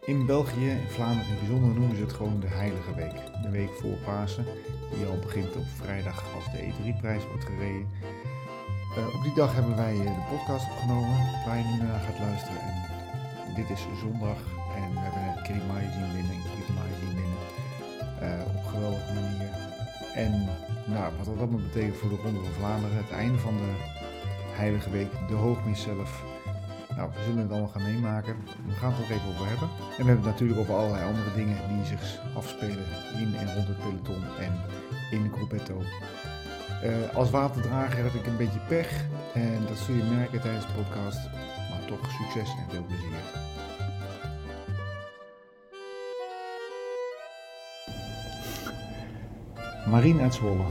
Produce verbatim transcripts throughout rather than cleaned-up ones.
In België, in Vlaanderen in het bijzonder, noemen ze het gewoon de Heilige Week. De week voor Pasen, die al begint op vrijdag als de E drie prijs wordt gereden. Uh, op die dag hebben wij uh, de podcast opgenomen, waar je nu naar gaat luisteren. En dit is zondag en we hebben net Kirimai zien winnen en Kirimai zien winnen. Uh, op een geweldige manier. En nou, wat dat allemaal betekent voor de Ronde van Vlaanderen, het einde van de Heilige Week, de hoogmis zelf. Nou, we zullen het allemaal gaan meemaken. We gaan het er even over hebben. En we hebben het natuurlijk over allerlei andere dingen die zich afspelen in en rond het peloton en in de gruppetto. Uh, als waterdrager heb ik een beetje pech en dat zul je merken tijdens de podcast. Maar toch succes en veel plezier. Marien uit Zwolle.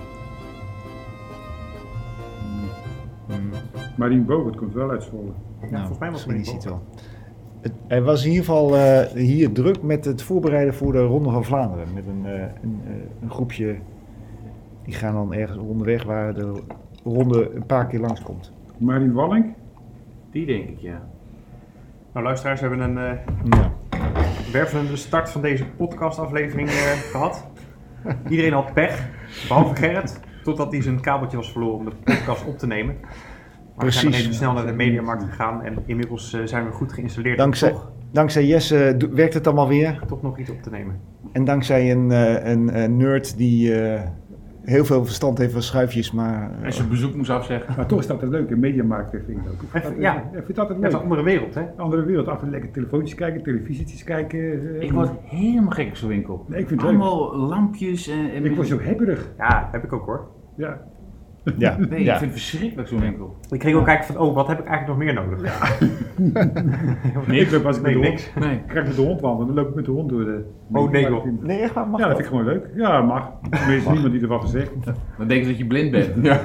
Hmm. Marien Bogert komt wel uit Zwolle. Ja, nou, volgens mij was het niet wel. Het, hij was in ieder geval uh, hier druk met het voorbereiden voor de Ronde van Vlaanderen. Met een, uh, een, uh, een groepje, die gaan dan ergens onderweg waar de ronde een paar keer langskomt. Marien Walling? Die denk ik, ja. Nou luisteraars, we hebben een uh, ja. wervelende start van deze podcastaflevering uh, gehad. Iedereen had pech, behalve Gerrit, totdat hij zijn kabeltje was verloren om de podcast op te nemen. Maar we zijn nog even snel naar de mediamarkt gegaan en inmiddels uh, zijn we goed geïnstalleerd. Dankzij, toch, dankzij Jesse do- werkt het allemaal weer. toch nog iets op te nemen. En dankzij een, uh, een, een nerd die uh, heel veel verstand heeft van schuifjes, maar... Uh, En zijn bezoek moest afzeggen. Maar toch is dat een leuke mediamarkt, vind ik ook. Ik vind Even, dat, ja, ik vind dat het leuk. is een andere wereld, hè? Andere wereld, af en toe lekker telefoontjes kijken, televisietjes kijken. Uh, Ik word helemaal gek op zo'n winkel. Nee, ik vind het leuk. Allemaal lampjes en... en Ik word zo hebberig. Ja, heb ik ook hoor. Ja. ja, Nee, ja. ik vind het verschrikkelijk zo'n winkel. Ik ging ook kijken van, oh, wat heb ik eigenlijk nog meer nodig? Ja. Ik loop als ik met Nee, de niks. hond, Nee. ik ga met de hond wandelen, dan loop ik met de hond door de... Oh, nee, joh. Nee, echt waar? Mag Ja, dat dat? vind ik gewoon leuk. Ja, mag. Er is niemand die er wat van zegt. Dan denk je dat je blind bent. Ja.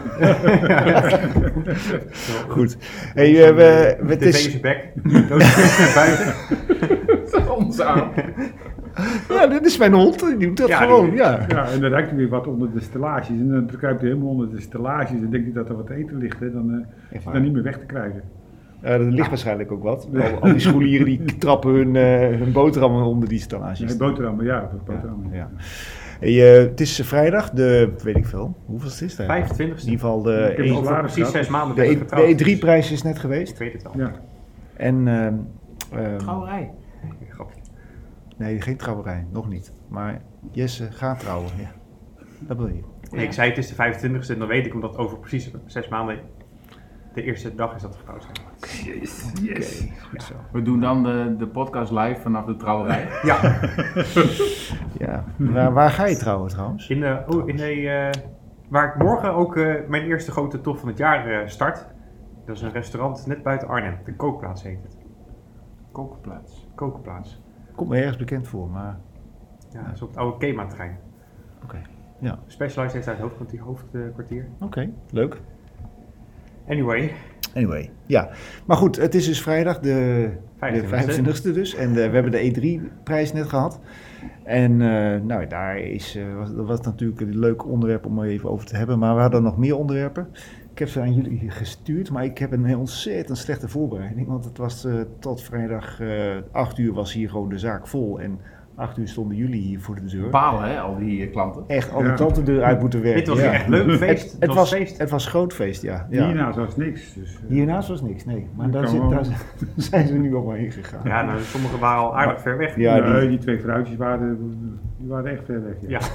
Goed. Hey, uh, we, we, het De is... deze bek, doos naar buiten. Ons aan. Ja, dit is mijn hond, die doet dat Ja, gewoon, die- ja. Ja, en dan ruikt hij weer wat onder de stellages. En dan kruipt hij helemaal onder de stellages. En denkt hij dat er wat eten ligt. Hè. Dan uh, is hij dan niet meer weg te krijgen. Uh, er ligt waarschijnlijk ook wat. Al, al die scholieren die trappen hun, uh, hun boterhammen onder die stellages. Nee, boterhammen, ja. boterhammen. Ja, ja. Hey, uh, het is vrijdag, de, weet ik veel, hoeveel is het? vijfentwintigste. In ieder geval Ik de, heb E- een Over salaris precies gehad. zes maanden de, ben ik E- getrouwd. de E drie prijs is net Ik geweest. weet het wel. Ja. En, uh, uh, Trouwerij. Grapje. nee, geen trouwerij, nog niet. Maar Jesse gaat trouwen, ja. Dat wil je. Nee, ik zei het is de vijfentwintigste en dan weet ik omdat over precies zes maanden de eerste dag is dat we getrouwd zijn. Yes. Oké, goed zo. We doen dan de, de podcast live vanaf de trouwerij. Ja, Ja. Waar, waar ga je trouwen trouwens? in, uh, oh, in de, uh, waar ik morgen ook uh, mijn eerste grote tocht van het jaar uh, start. Dat is een restaurant net buiten Arnhem. De Kookplaats heet het. Kokenplaats. Kokenplaats. Komt me ergens bekend voor, maar... Ja, dat is op het oude Kema-trein. Oké, ja. Specialized heeft daar het hoofdkwartier. hoofdkwartier. Oké, leuk. Anyway, Anyway, ja. Maar goed, het is dus vrijdag, de, de vijfentwintigste. vijfentwintigste dus. En uh, we hebben de E drie prijs net gehad. En uh, nou, daar is, uh, was, dat was natuurlijk een leuk onderwerp om er even over te hebben. Maar we hadden nog meer onderwerpen. Ik heb ze aan jullie gestuurd, maar ik heb een heel ontzettend slechte voorbereiding. Want het was uh, tot vrijdag uh, acht uur was hier gewoon de zaak vol. En acht uur stonden jullie hier voor de deur. Balen, hè, al die uh, klanten. Echt al die Ja. klanten eruit moeten werken. dit was ja. weer echt leuk feest. Het, Het, het, was, feest. het was groot feest, ja. ja. Hiernaast was niks. Dus, uh, Hiernaast was niks, nee. Maar Dat daar, kan zit, wel. daar zijn ze nu al maar heen gegaan. Ja, nou, sommigen waren al aardig ver weg. Ja, nee, die- die... twee vrouwtjes waren, die waren echt ver weg. Ja. Ja.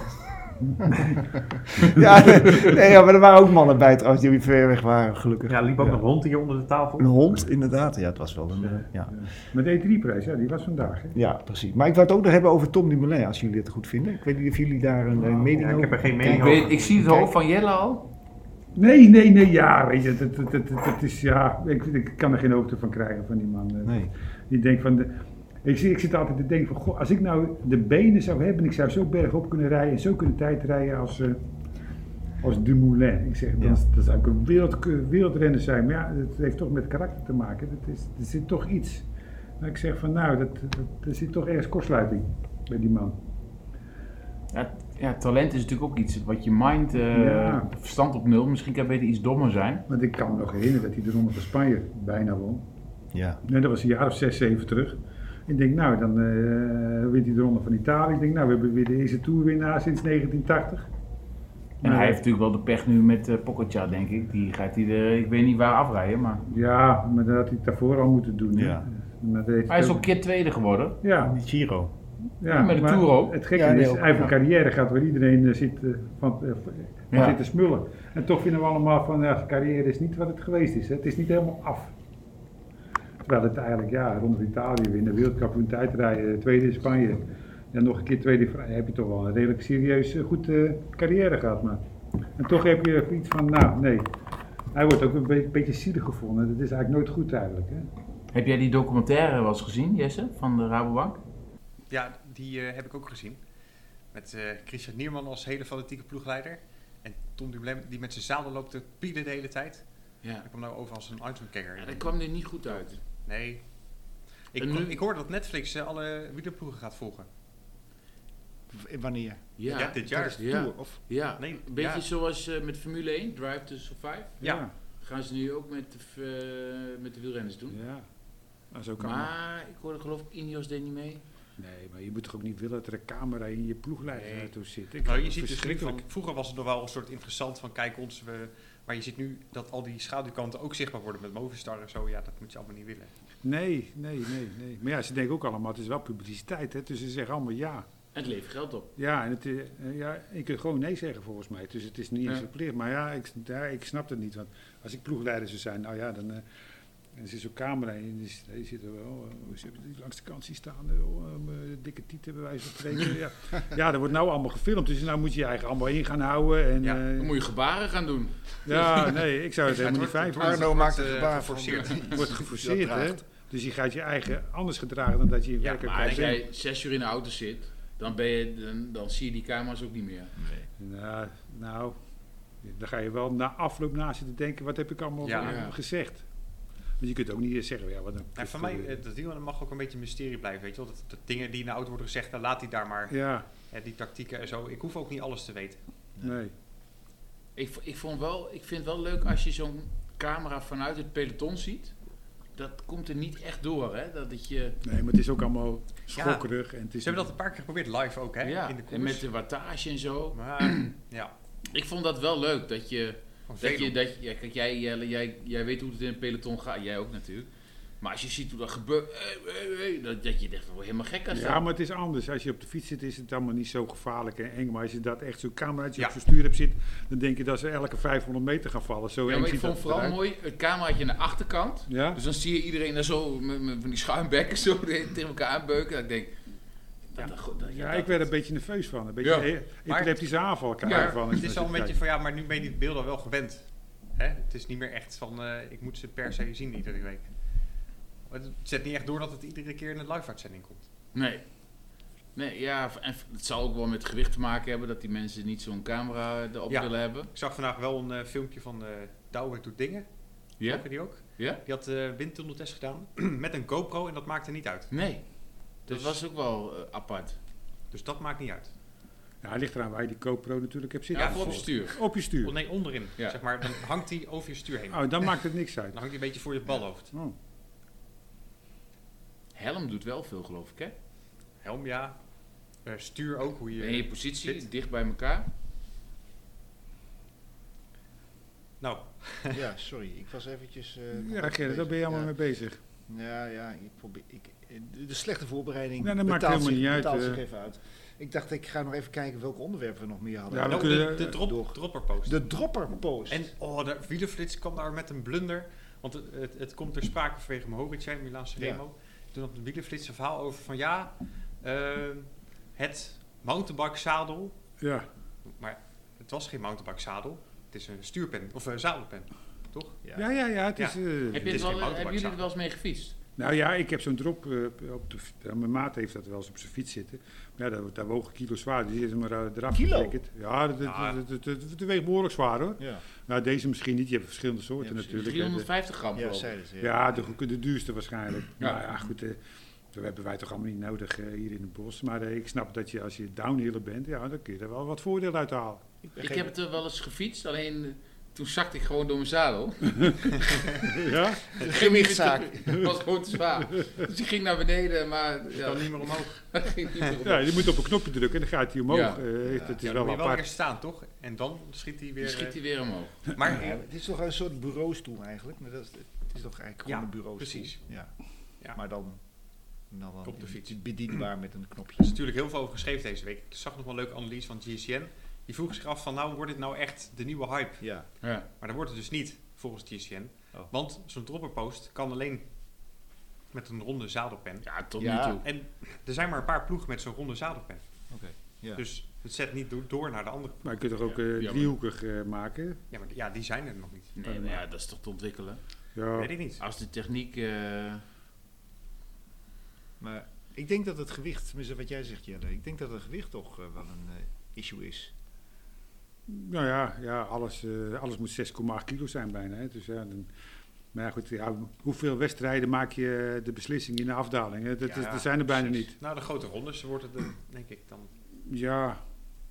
Ja, nee, nee, ja, maar er waren ook mannen bij trouwens die ver weg waren, gelukkig. Ja, er liep ook Ja. nog hond hier onder de tafel. Een hond, inderdaad. Ja, het was wel een... eh, ja. Maar de E drie prijs, ja, die was vandaag. Hè. ja, precies. Maar ik wou het ook nog hebben over Tom Dumoulin, als jullie het goed vinden. Ik weet niet of jullie daar een, een mening Ja, over ik heb er geen Ik, mening weet, over. ik zie het Kijk. hoofd van Jelle al. Nee, nee, nee, ja, weet je, dat, dat, dat, dat is, ja, ik, ik kan er geen hoogte van krijgen van die man. eh. Nee. Die denkt van, de, ik, zit- ik zit altijd te denken van, goh, als ik nou de benen zou hebben, ik zou zo bergop kunnen rijden en zo kunnen tijdrijden als, uh, als Dumoulin. Ik zeg, dan, Ja. dan zou ik een wereld, wereldrenner zijn, maar ja, het heeft toch met karakter te maken. Dat is, er zit toch iets. Maar ik zeg van, nou, dat, dat, er zit toch ergens kortsluiting bij die man. Ja, ja, talent is natuurlijk ook iets wat je mind, uh, Ja. verstand op nul. Misschien kan beter iets dommer zijn. Want ik kan me nog herinneren dat hij de Ronde van Spanje bijna won. Ja. Nee, dat was een jaar of zes, zeven terug. Ik denk, nou, dan uh, wint hij de Ronde van Italië. Ik denk, nou, we hebben weer de eerste toerwinnaar sinds negentien tachtig. En hij heeft natuurlijk wel de pech nu met uh, Pogačar, denk ik. Die gaat hij er, ik weet niet waar afrijden, maar... Ja, maar dat had hij het daarvoor al moeten doen. Ja. Maar hij is ook een keer tweede geworden. Ja. Die Giro. Ja, ja, met de Tour ook. Het gekke ja, nee, is, ook, hij heeft een ja. carrière gehad waar iedereen uh, zit, uh, van, uh, van Ja. zit te smullen. En toch vinden we allemaal van, ja, zijn carrière is niet wat het geweest is. Hè. Het is niet helemaal af. Terwijl het eigenlijk, ja, Ronde van Italië winnen, wereldkampioen tijdrijden, tweede in Spanje. En nog een keer tweede in Frankrijk. Heb je toch wel een redelijk serieus uh, goed uh, carrière gehad. Maar. En toch heb je iets van, nou, nee. Hij wordt ook een be- beetje zielig gevonden. Dat is eigenlijk nooit goed eigenlijk. Hè. Heb jij die documentaire wel eens gezien, Jesse, van de Rabobank? Ja, die uh, heb ik ook gezien. Met uh, Christian Nierman als hele fanatieke ploegleider. En Tom Dumoulin die met zijn zadel loopt te pielen de hele tijd. Ja. Ik kwam nou over als een uitzendkekker. Ja, dat kwam er niet goed uit. Nee. Ik, En nu- ik hoorde dat Netflix uh, alle wielerploegen gaat volgen. W- Wanneer? Ja, Ja, dit jaar. Tijdens de Ja. Tour, of? ja. Nee, een beetje ja. zoals uh, met Formule één, Drive to Survive. Ja. Gaan ze nu ook met de, uh, met de wielrenners doen. Ja. Nou, zo kan het. Maar ik hoorde geloof ik, Ineos deed niet mee. Nee, maar je moet toch ook niet willen dat er een camera in je ploegleiderauto zit. Ik Nou, je vind ziet het dus nu van, verschrikkelijk. vroeger was het nog wel een soort interessant van kijk ons, we, maar je ziet nu dat al die schaduwkanten ook zichtbaar worden met Movistar en zo. Ja, dat moet je allemaal niet willen. Nee, nee, nee, nee. Maar ja, ze denken ook allemaal, het is wel publiciteit, hè. Dus ze zeggen allemaal ja. En het levert geld op. Ja, en het, uh, ja, je kunt gewoon nee zeggen volgens mij. Dus het is niet eens Ja. verplicht. Maar ja ik, ja, ik snap het niet. Want als ik ploegleider zou zijn, nou ja, dan... Uh, en er zit zo'n camera in, dus die zit er wel, uh, ze hebben die langs de kant zien staan, uh, uh, dikke tieten bij wijze van spreken. ja. ja, dat wordt nou allemaal gefilmd, dus nou moet je je eigen allemaal in gaan houden. En, Ja, uh, Dan moet je gebaren gaan doen. ja, nee, ik zou het Ja, helemaal het niet wordt- fijn het vinden. Arno maakt een uh, gebaar geforceerd. van- Het wordt geforceerd, dat hè. draagt. Dus je gaat je eigen anders gedragen dan dat je in Ja, werkelijkheid Maar als bent. jij zes uur in de auto zit, dan, ben je, dan, dan zie je die camera's ook niet meer. Nou, nou, dan ga je wel na afloop na zitten denken, wat heb ik allemaal Ja. uh, Ja. gezegd. Want je kunt ook niet zeggen, ja, wat een... En voor mij, uh, dat wielrennen mag ook een beetje een mysterie blijven, weet je wel. Dat, dat dingen die in de auto worden gezegd, dan laat hij daar maar, Ja, hè, die tactieken en zo. Ik hoef ook niet alles te weten. nee. Ik, v- ik, vond wel, ik vind het wel leuk als je zo'n camera vanuit het peloton ziet. Dat komt er niet echt door, hè? Dat het je, Nee, maar het is ook allemaal schokkerig. En het is Ze hebben dat een paar keer geprobeerd live ook, hè, ja, in de koers. en met de wattage en zo. Maar, ja, Ik vond dat wel leuk, dat je... van Dat je, Velon. dat je, ja, kijk, jij, Jelle, jij, jij weet hoe het in een peloton gaat, jij ook natuurlijk. Maar als je ziet hoe dat gebeurt, hey, hey, hey, dat, dat je denkt, we worden helemaal gek als Ja, dat. maar het is anders. Als je op de fiets zit, is het allemaal niet zo gevaarlijk en eng. Maar als je dat echt zo'n cameraatje Ja. op zijn stuur hebt zitten, dan denk je dat ze elke vijfhonderd meter gaan vallen. Zo Ja, eng maar ik ziet vond dat vooral eruit. mooi het cameraatje aan de achterkant. Ja? Dus dan zie je iedereen daar zo met, met van die schuimbekken zo tegen elkaar aanbeuken. Dat ik denk, dat, dat, dat, Ja, dat- ik werd er een beetje nerveus van. Een beetje Ja. e- epileptische aanval krijg Ja, je van. als Het je is naar wel een zit beetje te van, ja, maar nu ben je die beelden wel gewend. Hè? Het is niet meer echt van, uh, ik moet ze per se zien iedere week. Het zet niet echt door dat het iedere keer in een live-uitzending komt. Nee. Nee, ja, en het zal ook wel met gewicht te maken hebben dat die mensen niet zo'n camera erop Ja. willen hebben. Ik zag vandaag wel een uh, filmpje van uh, Douwe doet dingen. Ja? Volg je die ook? Ja? Die had uh, windtunneltest gedaan met een GoPro en dat maakte niet uit. Nee. Dat Dus- was ook wel uh, apart. Dus dat maakt niet uit. Ja, het ligt eraan waar je die GoPro natuurlijk hebt zitten. Ja, Ja, voor op voor- je stuur. Op je Oh, stuur. nee, onderin. Ja. Zeg maar, dan hangt die over je stuur heen. Oh, dan maakt het niks uit. Dan hangt die een beetje voor je balhoofd. Oh. Helm doet wel veel, geloof ik, hè? Helm, ja. Uh, stuur ook, hoe je... In je positie, zit. dicht bij elkaar. Nou, Ja, sorry. Ik was eventjes... eh, Ja, Gerrit, daar ben je allemaal ja. mee bezig. Ja, ja. Ik probeer, ik, de, de slechte voorbereiding Nee, dat maakt betaalt, helemaal zich, niet uit, betaalt eh. zich even uit. Ik dacht, ik ga nog even kijken welke onderwerpen we nog meer hadden. Ja, we nou, kunnen- de, de drop, door. dropperpost. De dropperpost. En oh, de wielerflits kwam daar met een blunder. Want het, het, het komt ter sprake vanwege Mohoric, hè, Milaanse Ja. Remo. Toen had de wielerflits een verhaal over van ja, uh, het mountainbike zadel. Ja. Maar het was geen mountainbike zadel. Het is een stuurpen, of een zadelpen. Toch? Ja, ja, ja. Het Ja. is, eh, Heb je Dit het is geen wel, hebben mountainbike jullie er zadel. wel eens mee gefietst? Nou ja, ik heb zo'n drop eh, op de... ja, mijn maat heeft dat wel eens op zijn fiets zitten. Maar ja, dat, daar wogen kilo zwaar. Die is maar uh, eraf Kilo? getekend. Ja, dat, Ja. dat, dat, dat, dat weegt behoorlijk zwaar hoor. Ja, Nou, deze misschien niet. Je hebt verschillende soorten Ja, precies. natuurlijk. driehonderdvijftig gram, ja geloof ik. zeiden ze. Ja. Ja, de, de duurste waarschijnlijk. Ja. Maar ja, goed, eh, dat hebben wij toch allemaal niet nodig eh, hier in het bos. Maar eh, ik snap dat je als je downhiller bent, ja, dan kun je er wel wat voordeel uit halen. Ik ben Ik geen- heb het er wel eens gefietst, alleen toen zakte ik gewoon door mijn zadel. Ja? Gewichtszaak. Het was gewoon te zwaar. Dus ik ging naar beneden, maar... Ja. Kan niet meer omhoog. ging niet meer omhoog. Ja, je moet op een knopje drukken en dan gaat hij omhoog. Ja. Uh, Ja. Het is Ja, dan wel moet je wel apart. weer staan, toch? En dan schiet hij weer... Dan schiet hij weer omhoog. uh, maar Ja, het is toch een soort bureaustoel eigenlijk. Maar dat is, het is toch eigenlijk gewoon Ja, een bureaustoel. precies. Ja. Ja. Maar dan, dan, dan Op de fiets. bedienbaar met een knopje. er is natuurlijk heel veel over geschreven deze week. Ik zag nog wel een leuke analyse van G C N. Die vroeg zich af van, nou wordt dit nou echt de nieuwe hype? Ja. Ja. Maar dat wordt het dus niet, volgens G C N. Oh. Want zo'n dropperpost kan alleen met een ronde zadelpen. Ja, tot Ja. nu toe. En er zijn maar een paar ploegen met zo'n ronde zadelpen. Oké. Ja. Dus het zet niet do- door naar de andere. Maar je kunt toch ook Ja. uh, Ja, maar- driehoekig uh, maken? Ja, maar ja, die zijn er nog niet. Nee, maar ja, dat is toch te ontwikkelen. Ja. Weet ik niet. Als de techniek... eh, Maar ik denk dat het gewicht, tenminste wat jij zegt Jelle, ik denk dat het gewicht toch uh, wel een uh, issue is. Nou ja, ja alles, uh, alles moet zes komma acht kilo zijn bijna. Hè. Dus, ja, dan, maar ja, goed, ja, hoeveel wedstrijden maak je de beslissing in de afdaling? Hè? Dat, Ja, is, dat zijn er bijna precies. niet. Nou, de grote rondes wordt het, uh, denk ik dan. Ja,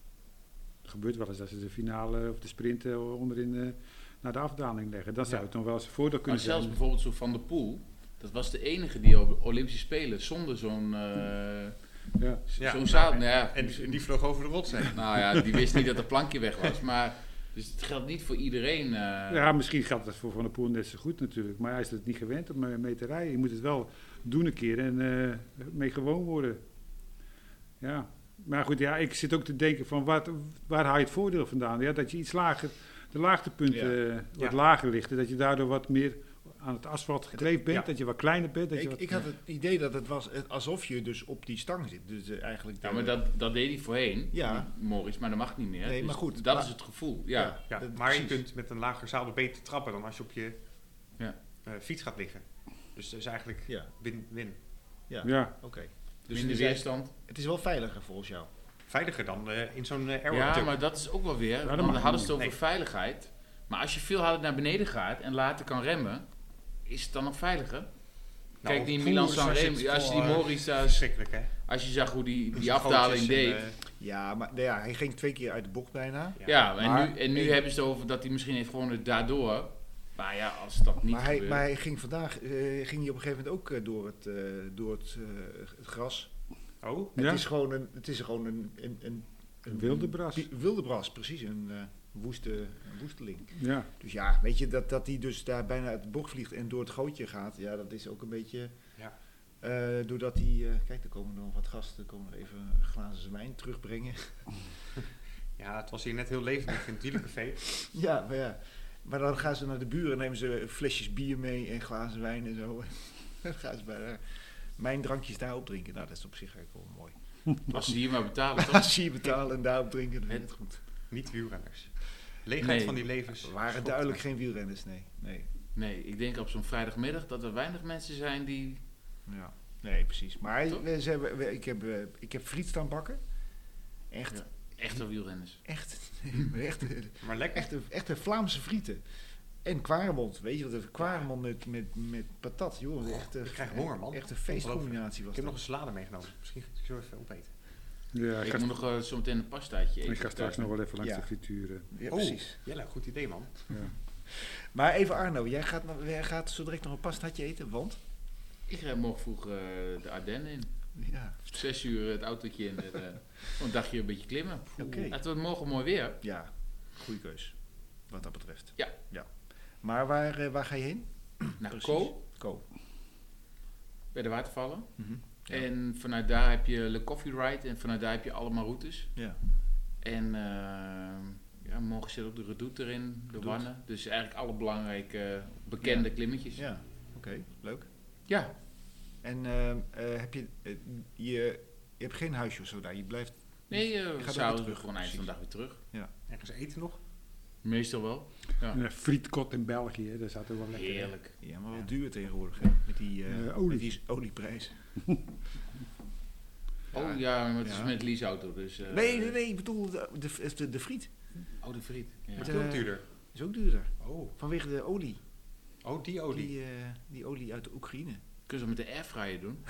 het gebeurt wel eens dat ze de finale of de sprint uh, onderin uh, naar de afdaling leggen. Dan zou Ja. het nog wel eens een voordeel maar kunnen zelfs zijn. bijvoorbeeld zo Van der Poel... Dat was de enige die op de Olympische Spelen zonder zo'n... uh, Ja. Ja, zo'n zadel... nou, Nou ja, En die vloog over de rots heen. nou ja, die wist niet dat het plankje weg was. Maar dus het geldt niet voor iedereen. Uh, Ja, misschien geldt dat voor Van der Poel net zo goed natuurlijk. Maar hij is het niet gewend om uh, mee te rijden. Je moet het wel doen een keer en uh, mee gewoon worden. Ja, maar goed, ja, ik zit ook te denken van waar, waar haal je het voordeel vandaan? Ja, dat je iets lager, de laagtepunten Ja. uh, wat Ja. lager ligt. En dat je daardoor wat meer aan het asfalt gekleefd bent. Ja. Dat je wat kleiner bent. Dat je Ik, wat, ik had het idee dat het was eh, alsof je dus op die stang zit. Dus uh, eigenlijk ja, de- maar dat, dat deed hij voorheen, Ja. die Morris, maar dat mag niet meer. Nee, Dus maar goed, Dat maar- is het gevoel, ja. Ja, dat- maar je precies. kunt met een lager zadel beter trappen dan als je op je Ja. uh, fiets gaat liggen. Dus dat is eigenlijk Ja, win-win. ja. ja. Oké. Dus Dus minder het is, weerstand. het is wel veiliger volgens jou. Veiliger dan uh, in zo'n uh, aero Ja, tub. maar dat is ook wel weer, dat want mag we hadden het niet. over Nee. veiligheid. Maar als je veel harder naar beneden gaat en later kan remmen, is het dan nog veiliger? Nou, Kijk, die op Milan koers, als je Sanremo, het als je die vol, uh, Morris daar, Verschrikkelijk, hè? als je zag hoe die, Dus die de afdaling foto's deed. en, uh, Ja, maar nou ja, hij ging twee keer uit de bocht bijna. ja. Ja, en Maar- nu, en nu ik- hebben ze het over dat hij misschien heeft gewonnen daardoor. Maar ja, als dat niet Maar hij, gebeurt. maar hij ging vandaag eh, ging hij op een gegeven moment ook eh, door het, eh, door het, eh, het gras. Oh, Het Ja. is gewoon een, het is gewoon een, een, een, Een wildebras. Een wildebras, precies. Een uh, woeste, een woesteling. Ja. Dus ja, weet je, dat, dat hij dus daar bijna uit de bocht vliegt en door het gootje gaat. Ja, dat is ook een beetje... Ja. Uh, doordat hij... Uh, kijk, er komen nog wat gasten. komen er even glazen wijn terugbrengen. ja, het was hier net heel levendig in het wielencafé. Ja, maar ja. Maar dan gaan ze naar de buren en nemen ze flesjes bier mee en glazen wijn en zo. Dan gaan ze bij uh, mijn drankjes daarop drinken. Nou, dat is op zich eigenlijk wel mooi. Als ze hier maar betalen, toch? Als ze hier betalen en daarop drinken, dan vind ik het goed. Niet wielrenners. Leegheid Nee. van die levens. Er waren schokt duidelijk mij. geen wielrenners, nee. nee. Nee, ik denk op zo'n vrijdagmiddag dat er weinig mensen zijn die... Ja. Nee, precies. Maar Toch? we, ze hebben, we, ik, heb, uh, ik heb friet staan bakken. Echt, Ja. Echte wielrenners. echt, echt, Maar lekker. echt, echte Vlaamse frieten. En kwaremond, weet je wat? Een kwaremond met, met, met patat, joh. Echt, ik krijg honger, man. Echt een feestcombinatie was Ik heb nog dat. een salade meegenomen. Misschien ga ik zo even opeten. Ja, ik Ik ga, moet nog uh, zo meteen een pastaatje eten. ik ga straks nog wel even langs Ja. de frituren. Ja, Oh. precies. Jelle, goed idee, man. Ja. Maar even Arno, jij gaat, nog, jij gaat zo direct nog een pastaatje eten, want? Ik ga morgen vroeg uh, de Ardennen in. Ja, Zes uur het autootje in. En, uh, een dagje een beetje klimmen. oké. Het wordt morgen mooi weer. Ja, goede keus. Wat dat betreft. Ja. ja. Maar waar, uh, waar ga je heen? Naar Precies. Co, Ko. bij de watervallen. Mm-hmm. Ja. En vanuit daar heb je Le Coffee Ride. En vanuit daar heb je allemaal routes. ja. En uh, ja, morgen zit ook de Redoute erin, de Redoute. Wanne. Dus eigenlijk alle belangrijke uh, bekende Ja. klimmetjes. Ja, oké, leuk. Ja. En uh, uh, heb je, uh, je, je hebt geen huisje of zo daar, je blijft... Nee, uh, gaat we ook zouden weer terug, gewoon eind van de precies. dag weer terug. Ergens eten nog? Meestal wel. Ja. En een frietkot in België, daar zat er wel lekker. Heerlijk. Ja, maar wel Ja. duur tegenwoordig, hè? Met die, uh, Uh, olie. met die olieprijs. Oh ja, maar het is Ja. met leaseauto, dus... uh, Nee, nee, nee, ik bedoel de, de, de, de friet. Oh, de friet. Ja. Maar Ja. veel duurder. Is ook duurder. Oh. Vanwege de olie. Oh, die olie. Die, uh, die olie uit de Oekraïne. Kun je dat met de airfryer doen?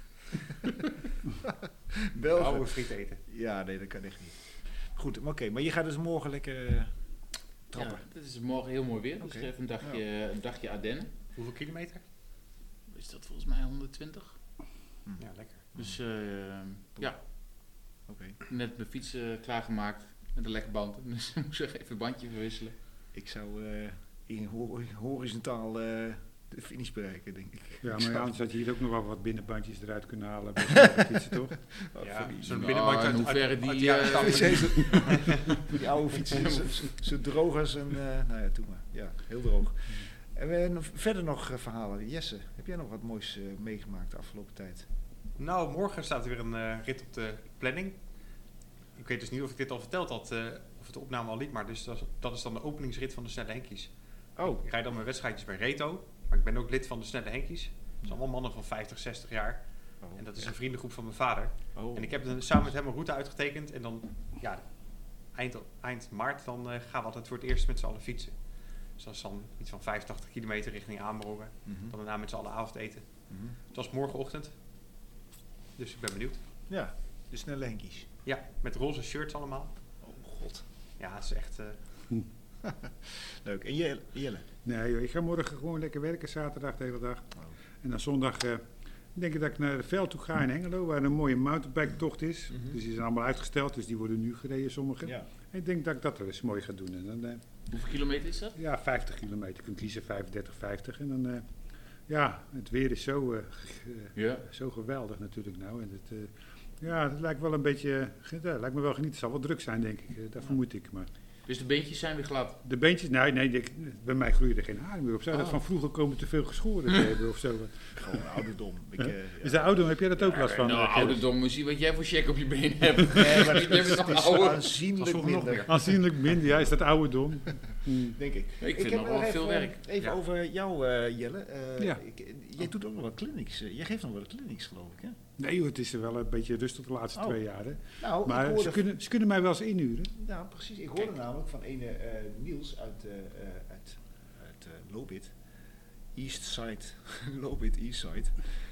Belgen. Oude friet eten. Ja, nee, dat kan echt niet. Goed, maar oké. Maar je gaat dus morgen lekker... uh, trappen. Ja, het is morgen heel mooi weer. Dus Oké. even een dagje, Ja. een dagje Ardennen. Hoeveel kilometer? Is dat volgens mij honderdtwintig? Ja, lekker. Dus uh, ja, Oké. net mijn fiets uh, klaargemaakt met een lekker band. Dus ik moest even een bandje verwisselen. Ik zou uh, in hor- horizontaal uh, de finish bereiken, denk ik. Ja, Ik maar zou- anders had je hier ook nog wel wat binnenbandjes eruit kunnen halen. Bij de fietsen, toch? Oh, Ja, voor die- zo'n Nou, binnenbandje in uit, hoeverre uit, die, uit de jaren eh, tachtig. Voor die oude fietsen, zo, zo, zo droog als een... Uh, nou ja, doe maar. Ja, heel droog. En we hebben nog- verder nog uh, verhalen. Jesse, heb jij nog wat moois uh, meegemaakt de afgelopen tijd? Nou, morgen staat er weer een uh, rit op de planning. Ik weet dus niet of ik dit al verteld had, uh, of het de opname al liep, maar dus dat, is, dat is dan de openingsrit van de Snelle Henkies. Oh, Ik rijd dan mijn wedstrijdjes bij Reto, maar ik ben ook lid van de Snelle Henkies. Dat zijn allemaal mannen van vijftig, zestig jaar. oh En dat is ja. een vriendengroep van mijn vader. Oh. En ik heb dan samen met hem een route uitgetekend. En dan, ja, eind, eind maart, dan uh, gaan we altijd voor het eerst met z'n allen fietsen. Dus dat is dan iets van vijfentachtig kilometer richting Amerongen. Mhm. Dan daarna met z'n allen avondeten. Mhm. Het was morgenochtend. Dus ik ben benieuwd. Ja, de Snelle Henkies. Ja, met roze shirts allemaal. Oh god. Ja, het is echt... Uh, Leuk. En Jelle? Jelle? Nee, joh, ik ga morgen gewoon lekker werken, zaterdag de hele dag. Oh. En dan zondag uh, denk ik dat ik naar het veld toe ga in Hengelo, waar een mooie mountainbike-tocht is. Mhm. Dus die zijn allemaal uitgesteld, dus die worden nu gereden, sommige. Ja. En ik denk dat ik dat wel eens mooi ga doen. En dan, uh, Hoeveel kilometer is dat? ja, vijftig kilometer. Je kunt kiezen vijfendertig, vijftig. En dan, uh, ja, het weer is zo, uh, g- uh, Ja. zo geweldig natuurlijk nou. En het, uh, ja, het lijkt wel een beetje, uh, ja, lijkt me wel genieten. Het zal wel druk zijn, denk ik. Uh, daar vermoed ik. Maar Dus de beentjes zijn weer glad. de beentjes, nee, nee, ik, bij mij groeien er geen haren meer op. Zou dat Oh. van vroeger komen te veel geschoren te hebben of zo? Gewoon ouderdom. Ik, Huh? uh, ja. Is de ouderdom, heb jij dat ook last van? Nou, uh, ouderdom, moet je zien wat jij voor check op je been hebt. Nee, maar Je hebt het een is oude. aanzienlijk vroeger nog minder, meer. Aanzienlijk minder, ja, is dat ouderdom? Hmm. denk ik. Ik vind heb nog wel even, veel werk. Even Ja. over jou, uh, Jelle. Uh, Ja. ik, jij doet ook nog wat clinics. Uh, jij geeft nog wat clinics, geloof ik, hè? Nee joh, het is er wel een beetje rustig de laatste Oh. twee jaar. Hè. Nou, ik Maar hoorde ze kunnen, ze kunnen mij wel eens inhuren. Ja, precies. Ik hoorde namelijk van ene uh, Niels uit, uh, uh, uit, uit uh, Lobit. Eastside. Lobit Eastside.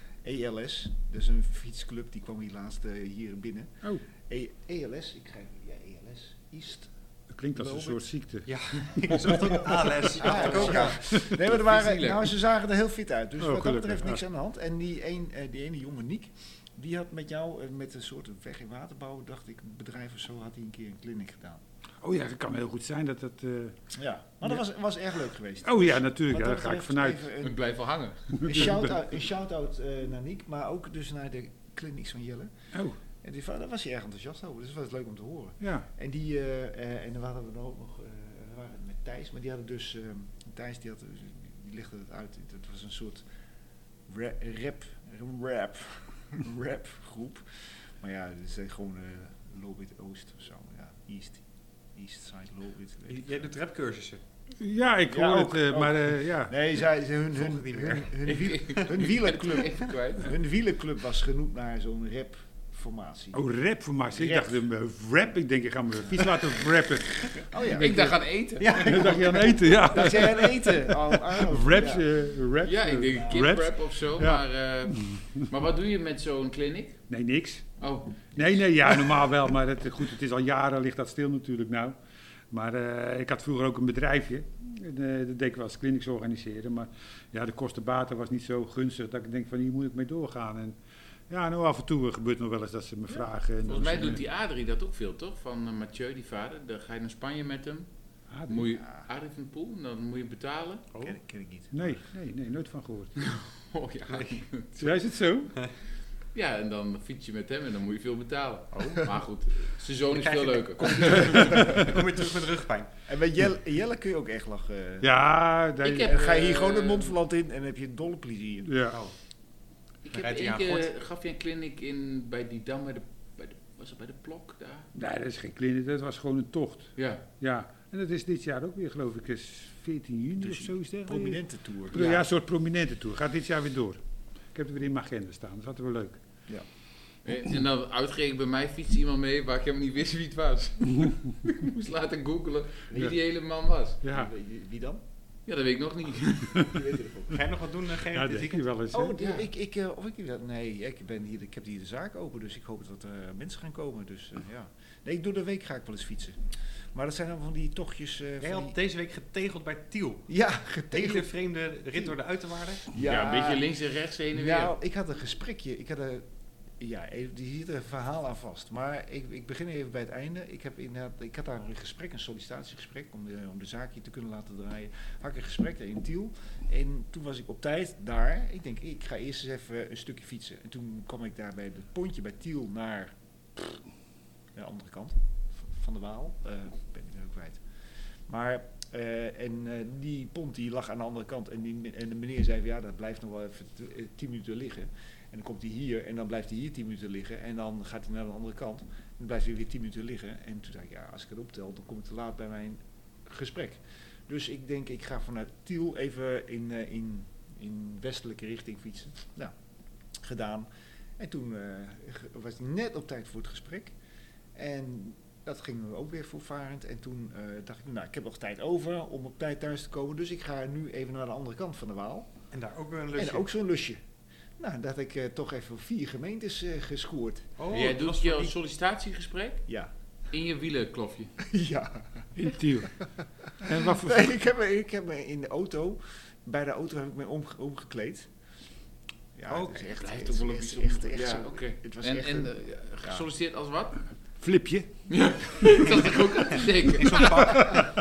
E L S. Dat is een fietsclub, die kwam hier laatst uh, hier binnen. Oh, E- ELS, ik krijg ja, E L S. East. dat klinkt als een Lobit. soort ziekte. ja, ik zocht ook A L S. Ah, dacht ik ook, ja. Nee, maar er waren, Fysiek nou, ze zagen er heel fit uit. Dus Oh, wat dat gelukkig, betreft niks ja. aan de hand. En die, een, uh, die ene jonge Niek, die had met jou, uh, met een soort weg in waterbouw, dacht ik, bedrijf of zo, had hij een keer een clinic gedaan. Oh ja, dat kan heel goed zijn dat dat... uh, Ja, maar dat was, was erg leuk geweest. Oh ja, natuurlijk, ja, Wat daar dat ga ik betreft vanuit. even Ik Een, blijf wel hangen. een shout-out, een shout-out uh, naar Niek, maar ook dus naar de clinics van Jelle. Oh, En die, daar was hij erg enthousiast over, dus dat was leuk om te horen. ja. En die, uh, uh, en dan hadden we dan ook nog, uh, we waren met Thijs, maar die hadden dus, uh, Thijs die, had, die legde het uit, het was een soort rap, rap, rap, rap groep. Maar ja, het is gewoon uh, Lobit Oost of zo, ja, East, East Side Lobit. weet ik Jij veel. doet rapcursussen. Ja, ik Ja, hoor ook, het, uh, ook. maar uh, ja. Nee, zij, ze, hun, Volg hun, het niet hun, meer. hun, wiel- hun Ben ik wielenclub, even kwijt. hun wielenclub was genoemd naar zo'n rapformatie. Oh, rap voor mij. Ik Rap. dacht, uh, rap, ik denk, ik ga mijn fiets laten rappen. Oh ja. Ik dacht aan eten. Ja, Dan dacht je aan eten, ja. dat jij aan eten. Oh, Arnold. Raps, Ja. uh, raps. Ja, ik denk uh, kid raps. prep of zo. Ja. Maar, uh, maar wat doe je met zo'n clinic? Nee, niks. Oh, Nee, nee, ja, normaal wel, maar het, goed, het is al jaren ligt dat stil natuurlijk nou. Maar uh, ik had vroeger ook een bedrijfje, en, uh, dat deed ik wel eens clinics organiseren, maar ja, de kostenbaten was niet zo gunstig dat ik denk van hier moet ik mee doorgaan. En ja, nou af en toe uh, gebeurt nog wel eens dat ze me vragen. En volgens mij dan- doet die Adrie dat ook veel, toch? Van uh, Mathieu, die vader. Dan ga je naar Spanje met hem. Ah, Dan die- moet je, Adrie van de Poel, dan moet je betalen. Oh. Ken, ik- ken ik niet. Nee, nee, nee, nooit van gehoord. Oh ja. Ja, is het zo? Ja, en dan fiets je met hem en dan moet je veel betalen. Maar goed, zijn zoon is Dan veel krijg je- leuker. Dan kom je terug met rugpijn. En bij Jelle, Jelle kun je ook echt lachen. Ja, dat- Ik heb- En dan ga je hier Eh, gewoon het Montferland in en dan heb je dolle plezier. ja. Oh. Ik Dan heb rijdt hij één aan keer, Gort. gaf je een clinic in bij die dam, bij de, bij de, was het bij de Plok daar? Nee, dat is geen kliniek, dat was gewoon een tocht. Ja. Ja, en dat is dit jaar ook weer geloof ik, is veertien juni Dus of zo is dat. Prominente tour. Pro- Ja, een soort prominente tour. Gaat dit jaar weer door. Ik heb het weer in mijn agenda staan, dat is altijd wel leuk. En dan uitgerekend bij mij fietste iemand mee waar ik helemaal niet wist wie het was. Ik moest laten googelen wie Ja. die hele man was. Ja, Wie, wie dan? Ja, dat weet ik nog niet. Ga je nog wat doen, uh, Gerrit, Ja, dit denk je weekend? wel eens. Oh, hè? die- Ja. ik, ik, uh, of ik, nee, ik, ben hier, ik heb hier de zaak open, dus ik hoop dat er uh, mensen gaan komen. Dus uh, ja. Nee, door de week ga ik wel eens fietsen. Maar dat zijn dan van die tochtjes. Uh, Jij van had die... deze week getegeld bij Tiel. Ja, Tegen getegeld. de vreemde rit door de uiterwaarden. Ja, een beetje links en rechts heen en weer. Nou, ik had een gesprekje. Ik had een, ja, even- die zit er een verhaal aan vast. Maar ik, ik begin even bij het einde. Ik, heb inderdaad, ik had daar een gesprek, een sollicitatiegesprek, om de, om de zaak hier te kunnen laten draaien. Had ik een gesprek in Tiel. En toen was ik op tijd daar. Ik denk, ik ga eerst eens even een stukje fietsen. En toen kwam ik daar bij het pontje bij Tiel naar pff, de andere kant v- van de Waal. Uh, ben ik er ook kwijt. Maar, uh, en uh, die pont die lag aan de andere kant. En, die, en de meneer zei van, ja, dat blijft nog wel even t- uh, tien minuten liggen. En dan komt hij hier en dan blijft hij hier tien minuten liggen. En dan gaat hij naar de andere kant. En dan blijft hij weer tien minuten liggen. En toen zei ik, ja, als ik het optel, dan kom ik te laat bij mijn gesprek. Dus ik denk, ik ga vanuit Tiel even in, uh, in, in westelijke richting fietsen. Nou, gedaan. En toen uh, was hij net op tijd voor het gesprek. En dat ging ook weer voorvarend. En toen uh, dacht ik, nou, ik heb nog tijd over om op tijd thuis te komen. Dus ik ga nu even naar de andere kant van de Waal. En daar ook weer een lusje. En ook zo'n lusje. Nou, dat ik uh, toch even vier gemeentes uh, gescoord. Oh, En jij dat doet was je voor die- sollicitatiegesprek Ja. in je wielenklofje. Ja. In Tiel. En wat voor... Nee, ik, heb me, ik heb me in de auto, bij de auto heb ik me omge- omgekleed. Ja, Oké, het is echt, Blijft het toch is wel een echt, bijzonder- echt, echt Ja, zo. oké. Het was En, echt en een- uh, gesolliciteerd als wat? Flipje. Ja, ik zat er ook aan te denken. In zo'n pak.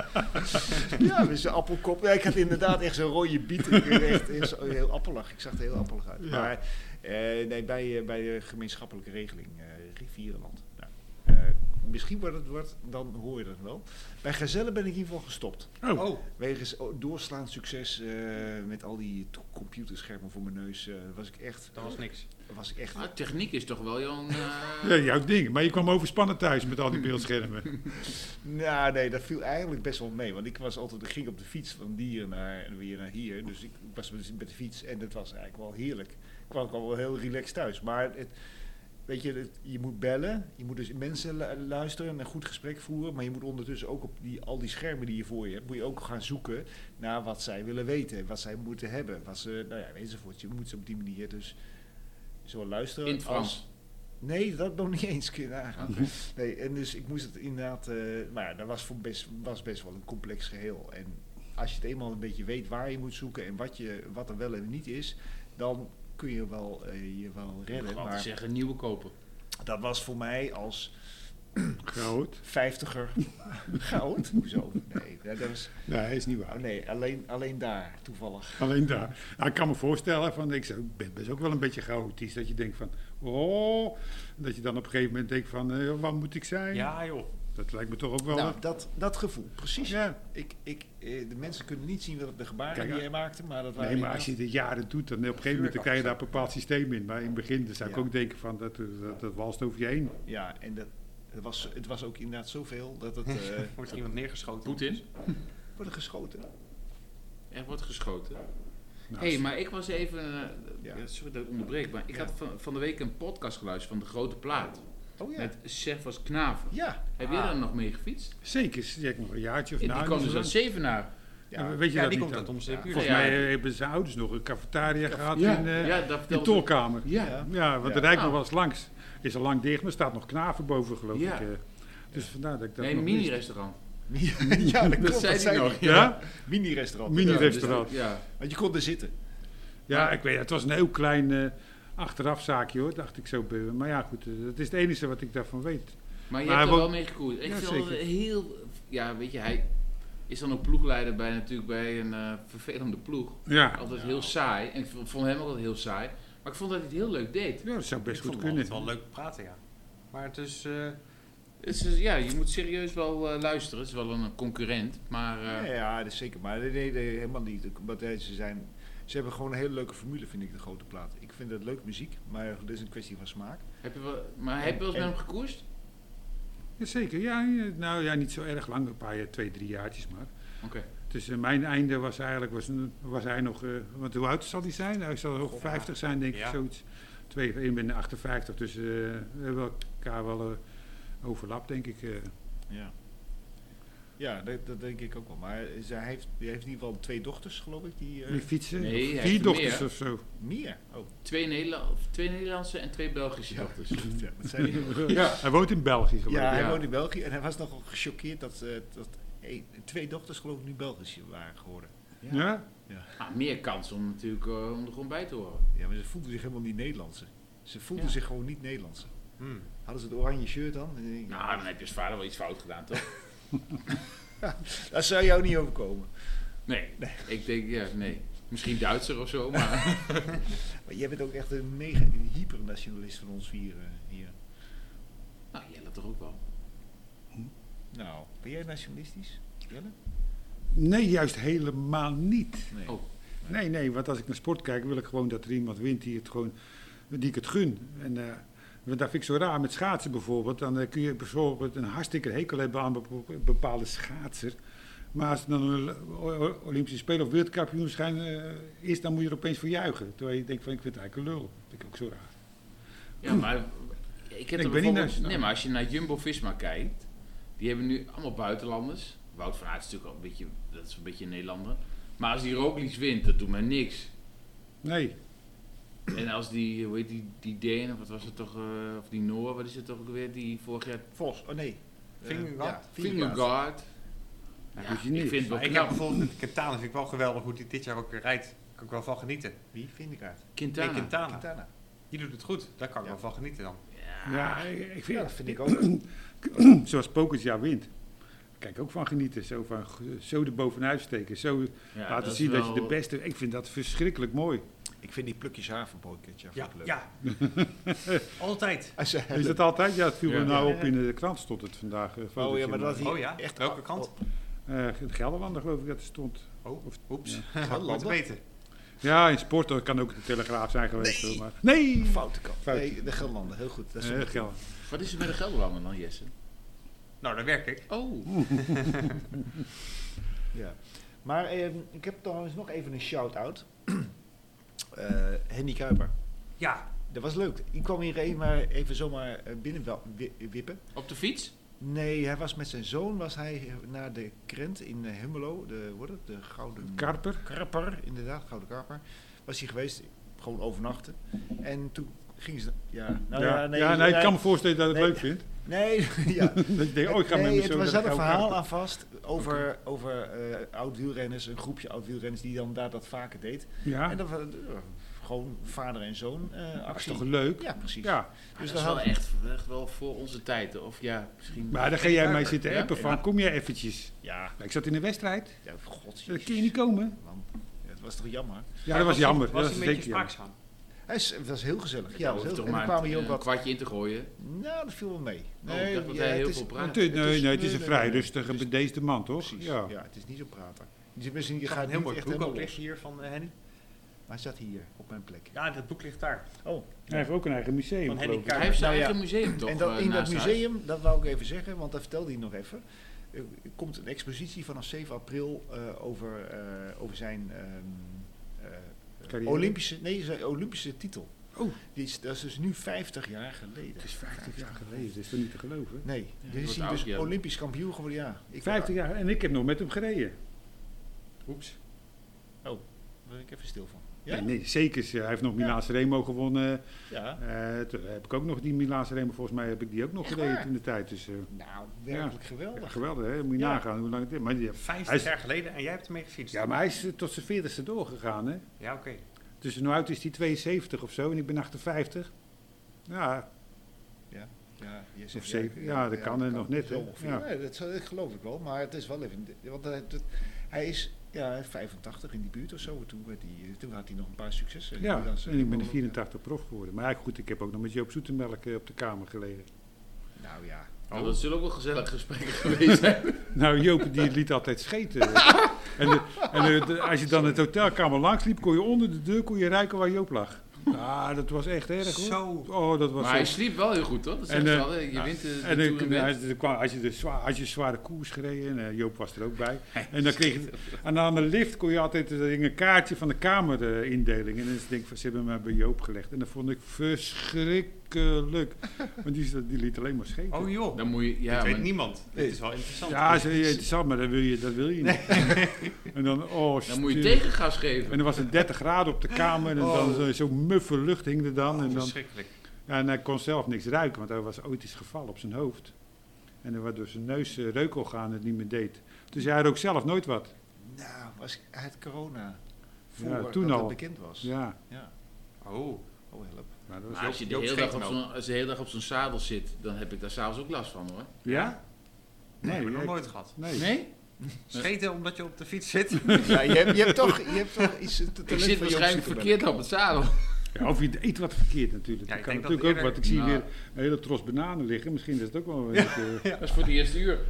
Ja, met zijn appelkop. Ja, ik had inderdaad echt zo'n rode biet. Ik ben echt heel, heel appelig. Ik zag er heel appelig uit. Ja. Maar uh, nee, bij, uh, bij de gemeenschappelijke regeling, uh, Rivierenland. Nou, uh, misschien wordt het wordt, dan hoor je dat wel. Bij Gazelle ben ik in ieder geval gestopt. Oh. Oh, Wegens oh, doorslaand succes uh, met al die to- computerschermen voor mijn neus, uh, was ik echt... dat was niks. Was ik echt Ah, techniek is toch wel jouw... Uh... Ja, jouw ding. Maar je kwam overspannen thuis met al die beeldschermen. Nou, nee, dat viel eigenlijk best wel mee. Want ik was altijd, ik ging op de fiets van hier naar weer naar hier. Dus ik was met met de fiets en dat was eigenlijk wel heerlijk. Ik kwam ook al wel heel relaxed thuis. Maar het, weet je, het, je moet bellen, je moet dus mensen lu- luisteren en een goed gesprek voeren. Maar je moet ondertussen ook op die, al die schermen die je voor je hebt, moet je ook gaan zoeken naar wat zij willen weten. Wat zij moeten hebben. Wat ze, nou ja, enzovoort. Je moet ze op die manier dus zo luisteren. In het Frans. als- Nee, dat nog niet eens kunnen nagaan. Oké. Nee, en dus ik moest het inderdaad... Uh, maar ja, dat was, voor best, was best wel een complex geheel. En als je het eenmaal een beetje weet waar je moet zoeken en wat, je, wat er wel en niet is, dan kun je wel, uh, je wel redden. Ik Maar maar zeggen nieuwe kopen. dat was voor mij als Groot. vijftiger goud. Hoezo? Nee, dat was, Nee, is niet waar. nee alleen, alleen daar, toevallig. Alleen daar. Nou, ik kan me voorstellen, van, ik zou- ik ben best ook wel een beetje chaotisch. Dat je denkt van, oh. Dat je dan op een gegeven moment denkt van, uh, waar moet ik zijn? Ja, joh. Dat lijkt me toch ook wel... Nou, dat, dat gevoel, precies. ja. Ik, ik, eh, de mensen kunnen niet zien wat de gebaren Kijk, die ja. hij maakte, maar dat waren Nee, maar als je dit jaren doet, dan op een gegeven moment dan krijg je daar een bepaald systeem in. Maar in het begin dan zou ik Ja. ook denken van, dat, dat, dat walst over je heen. Ja, en dat, het, was, het was ook inderdaad zoveel dat het... Uh, Wordt er iemand neergeschoten? Poetin? worden geschoten. Er wordt geschoten. Nou, Hé, hey, maar ik was even... uh, Ja. ja, sorry dat ik onderbreek, maar ik Ja. had van, van de week een podcast geluisterd van De Grote Plaat. Oh ja. Met Servas Knaven. Ja. Heb Ah. jij daar nog mee gefietst? Zeker, zeg maar een jaartje of Ja, nou, die kwam niet dus zo uit lang. Zevenaar. Ja, Ja. weet je Ja, dat die niet komt dan? uit Omstreek. Ja. Volgens Ja, mij ja. eh, hebben zijn ouders nog een cafetaria gehad Ja, in, uh, ja, dat in vertelde de tolkamer. Ja. Ja. Ja, want Ja. de Rijk nog Ah. wel eens langs. Is al lang dicht, maar staat nog Knaven boven, geloof Ja. ik. eh. Dus vandaar dat ik dat Nee, nog een wist. mini-restaurant. ja, dat klopt. zei Dat hij zei nog. hij. Ja? Mini-restaurant. Mini- Ja, restaurant. Dus, ja. want je kon er zitten. Ja, ik weet het. was een heel klein uh, achterafzaakje hoor, dacht ik zo. Maar ja, goed, uh, dat is het enige wat ik daarvan weet. Maar je Maar hebt er wat- wel mee gekoerd. Ik Ja, vind zeker. wel heel... Ja, weet je, hij is dan ook ploegleider bij natuurlijk bij een uh, vervelende ploeg. Ja, Altijd heel saai. En ik v- vond hem ook altijd heel saai. Maar ik vond dat hij het heel leuk deed. ja dat zou best Ik goed vond kunnen. het wel leuk praten, ja. Maar het is... uh, Het is, ja, je moet serieus wel uh, luisteren. Het is wel een concurrent. Maar uh, Ja, ja, dat is zeker. Maar nee, nee, nee, helemaal niet. Want eh, ze, zijn, ze hebben gewoon een hele leuke formule, vind ik, de Grote Plaat. Ik vind het leuk muziek, maar het is een kwestie van smaak. heb je wel, maar heb je wel eens En- met hem gekoerst? Jazeker, ja, ja, nou ja, niet zo erg lang, een paar jaar, twee, drie jaartjes maar. Oké. Dus uh, mijn einde was eigenlijk, was, een- was hij nog, uh, want hoe oud zal hij zijn? Hij zal ook Goh, vijftig zijn, denk ja. ik, zoiets. Twee, ik ben achtenvijftig, dus uh, we hebben elkaar wel uh, overlapt, denk ik. Uh. Ja. Ja, dat, dat denk ik ook wel. Maar zij heeft, hij heeft in ieder geval twee dochters, geloof ik. Die, uh, Die fietsen. Nee, hij heeft Vier er dochters meer. of zo. meer. Oh, Twee, Nederla- twee Nederlandse en twee Belgische dochters. ja, dat zei hij. Ja. Hij woont in België geloof ik. Ja, hij Ja. woont in België en hij was nogal gechoqueerd dat, uh, dat een, twee dochters geloof ik nu Belgisch waren geworden. Ja? Ah, meer kans om natuurlijk uh, om er gewoon bij te horen. Ja, maar ze voelden zich helemaal niet Nederlandse. Ze voelden Ja. zich gewoon niet Nederlandse. Hmm. Hadden ze het oranje shirt dan? En dan denk ik, Nou, dan heb je als vader wel iets fout gedaan, toch? dat zou jou niet overkomen. Nee, ik denk, ja, nee. Misschien Duitser of zo, maar... Maar jij bent ook echt een mega hypernationalist van ons vier uh, hier. nou, Jelle toch ook wel. Nou, ben jij nationalistisch, Jelle? Nee, juist helemaal niet. Nee. Oh. Nee, nee, want als ik naar sport kijk, wil ik gewoon dat er iemand wint die, het gewoon, die ik het gun. En uh, dat vind ik zo raar met schaatsen bijvoorbeeld. Dan uh, kun je bijvoorbeeld een hartstikke hekel hebben aan een bepaalde schaatser. Maar als het dan een Olympische Spelen of wereldkampioenschap uh, is, dan moet je er opeens voor juichen. Terwijl je denkt van, ik vind het eigenlijk een lul. Dat vind ik ook zo raar. Ja, maar... Ik, heb Ik er ben niet bijvoorbeeld- naar- Nee, maar als je naar Jumbo-Visma kijkt... Die hebben nu allemaal buitenlanders. Wout van Aert is natuurlijk al een beetje... Dat is een beetje een Nederlander. Maar als die Roglic wint, dat doet mij niks. Nee, En als die, hoe heet die, die Deen, of wat was het toch, uh, of die Noor, wat is het toch ook weer, die vorig jaar... Vos, oh nee. Vingegaard? Uh, Vingegaard. dat Ja, doet je ik niet. vind het wel Maar ik knap. heb bijvoorbeeld Quintana, vind ik wel geweldig hoe hij dit jaar ook weer rijdt. Daar kan ik wel van genieten. Wie? Vingegaard. Quintana. Nee, Quintana. Quintana. Die doet het goed. Daar kan ik Ja. wel van genieten dan. ja, ik ik vind, Ja, dat vind ik ook. zoals Pogacar wint. Daar kan ik ook van genieten. Zo, van, zo er bovenuit steken. Zo Ja, laten dat is zien dat je wel- de beste... Ik vind dat verschrikkelijk mooi. Ik vind die plukjes haar van Pogacar Ja, leuk. ja. Altijd. Als ze- Is dat altijd? Ja, het viel Ja. me nou Ja, op ja. in de krant stond het vandaag. Uh, Oh ja, maar dat hij Oh ja? echt Welke kant? Uh, de Gelderlander geloof ik dat er stond. Oh, Of- oeps. ja. Had ik moeten landen? weten. Ja, in sport dat kan ook de Telegraaf zijn geweest. hoor, Maar... Nee! Foute kant. Fout. Nee, de Gelderlanden, heel goed. Dat is Eh, een- Gelder. Wat is er met de Gelderlander dan, Jesse? Nou, daar werk ik. Oh, Ja. Maar eh, ik heb trouwens nog even een shout-out. Eh Henny Kuiper. Ja. Dat was leuk. Ik kwam hier even, maar even zomaar eh, binnen wel- wi- wippen. op de fiets? Nee, hij was met zijn zoon was hij naar de Krent in eh, Hummelo. De, wordt het? De Gouden Karper. Karper, inderdaad, Gouden Karper. Was hij geweest, gewoon overnachten. En toen gingen ze... Ja, nou ja, ja, nee. ja, nee, ik ja, kan me voorstellen dat je het nee. leuk vindt. Nee, ja. Dat je denkt, oh, ik ga met nee, mijn het zoon was naar zat de een Gouden verhaal Karper. aan vast over, over uh, oud-wielrenners, een groepje oud-wielrenners die dan daar dat vaker deed. Ja, En dat was uh, gewoon vader en zoon uh, dat is actie. toch leuk? Ja, precies. Ja, Dus Dus dat is dan wel had- echt, echt wel voor onze tijd. Of ja, misschien... maar dan ga jij mij zitten Ja? appen van, kom jij eventjes? Ja, Ik zat in de wedstrijd, ja god. dat kun je niet komen. Man, ja, het was toch jammer? Ja, dat was jammer. Was Dat hij is een beetje zeker jammer. spraakzaam? Hij is, het was heel gezellig. Ja, Ja, hoeft was heel, toch en dan maar kwamen een, hier ook een wat... kwartje in te gooien. Nou, dat viel wel mee. Oh, ik dacht dat hij ja, heel het veel is- praat. Het is- het Nee, is- nee, het is een nee, vrij nee, nee. rustige, Dus- bedeesde man, toch? Precies, Ja. ja. Het is niet zo praten. Die mensen die Ik gaat ga een heel niet mooi echt boek ook helemaal liggen los. hier van uh, Henny. Maar hij zat hier, op mijn plek. Ja, dat boek ligt daar. Oh, Hij heeft ook een eigen museum, Van Henny geloof ik. Kuiper. Hij heeft zijn Nou ja. eigen museum toch? en dat, eh, in dat naast huis? museum, dat wou ik even zeggen, want dat vertelde hij nog even. Er komt een expositie vanaf zeven april uh, over, uh, over zijn um, uh, Carrière? Olympische, nee, zijn Olympische titel. Oh. Die is, dat is dus nu vijftig jaar geleden. Het is vijftig jaar geleden, dat is toch niet te geloven? Nee, Ja, dit die is wordt hij oud, dus ja. Olympisch kampioen geworden, ja. Ik vijftig jaar, en ik heb nog met hem gereden. Oeps. Daar ben ik even stil van. Ja? Nee, nee, zeker. Hij heeft nog Milaanse Remo gewonnen. Ja. Uh, toen heb ik ook nog die Milaanse Remo, volgens mij heb ik die ook nog Echt gereden waar? in de tijd. Dus, uh, Nou, werkelijk geweldig. ja, geweldig, hè? Moet je Ja. nagaan hoe lang het is. Maar die, hij vijftig is- jaar geleden en jij hebt ermee gefietst. ja, maar hij is uh, tot zijn veertigste doorgegaan, hè? Ja, oké. Dus nu oud is hij tweeënzeventig of zo en ik ben achtenvijftig. Ja, Ja, je Of zegt, zeker. Ja, dat kan er nog net, Zo hè? ongeveer. Ja. Ja, dat, zou- dat geloof ik wel, maar het is wel even... Want hij, dat- hij is ja, vijfentachtig in die buurt of zo. Toen, werd hij, toen had hij nog een paar successen. ja. Die was- En ik ben de vierentachtig prof geworden. Maar ja, goed, ik heb ook nog met Joop Zoetemelk uh, op de kamer gelegen. Nou ja. Nou, dat zullen ook wel gezellige gesprekken geweest zijn. Nou, Joop die liet altijd scheten. en de, en de, de- als je dan het hotelkamer langs liep, kon je onder de deur kon je ruiken waar Joop lag. Ah, dat was echt erg hoor. Zo. Oh, dat was Maar hij zo. sliep wel heel goed, toch? Dat zegt En, ze eh, wel, hè? Je wint de, de En Tour dan, in bed. als, je, kwam- als, je de zwaar, als je zware koers gereden, en uh, Joop was er ook bij. En dan kreeg je, en aan de lift kon je altijd uh, een kaartje van de kamerindeling. Uh, en dan denk ik van, ze hebben mij bij Joop gelegd. En dat vond ik verschrikkelijk. verschrikkelijk. Want die, is- die liet alleen maar schepen. Oh joh, Dan moet je, ja, dat weet maar- niemand. Nee. Dit is wel interessant. Ja, ze is interessant, maar dat wil je, dat wil je niet. En dan, oh, dan moet je stuur. tegengas geven. En dan was het dertig graden op de kamer en Oh. dan zo- zo'n muffe lucht hing er dan. En, dan Verschrikkelijk. ja, en hij kon zelf niks ruiken, want hij was ooit eens gevallen op zijn hoofd. En er waardoor zijn neus uh, reukorgaan het niet meer deed. Dus hij rook zelf nooit wat. Nou, was hij had corona. Ja, Voordat toen het al. bekend was. Ja, Ja. Oh, Oh, help. maar dat was Maar als je de Joop hele scheet dag op hem zo'n, als je de hele dag op zo'n zadel zit, dan heb ik daar s'avonds ook last van hoor. ja? nee, heb ik nog ik- nooit gehad. Nee. Nee? Scheten omdat je op de fiets zit? Ja, je hebt, je hebt toch, je hebt toch iets te Ik zit waarschijnlijk verkeerd op het zadel. Ja, of je eet wat verkeerd natuurlijk. Ja, dat ik kan denk dat natuurlijk ook, eerder- want ik zie Nou. weer een hele tros bananen liggen. Misschien is het ook wel een beetje... Dat is voor het eerste uur.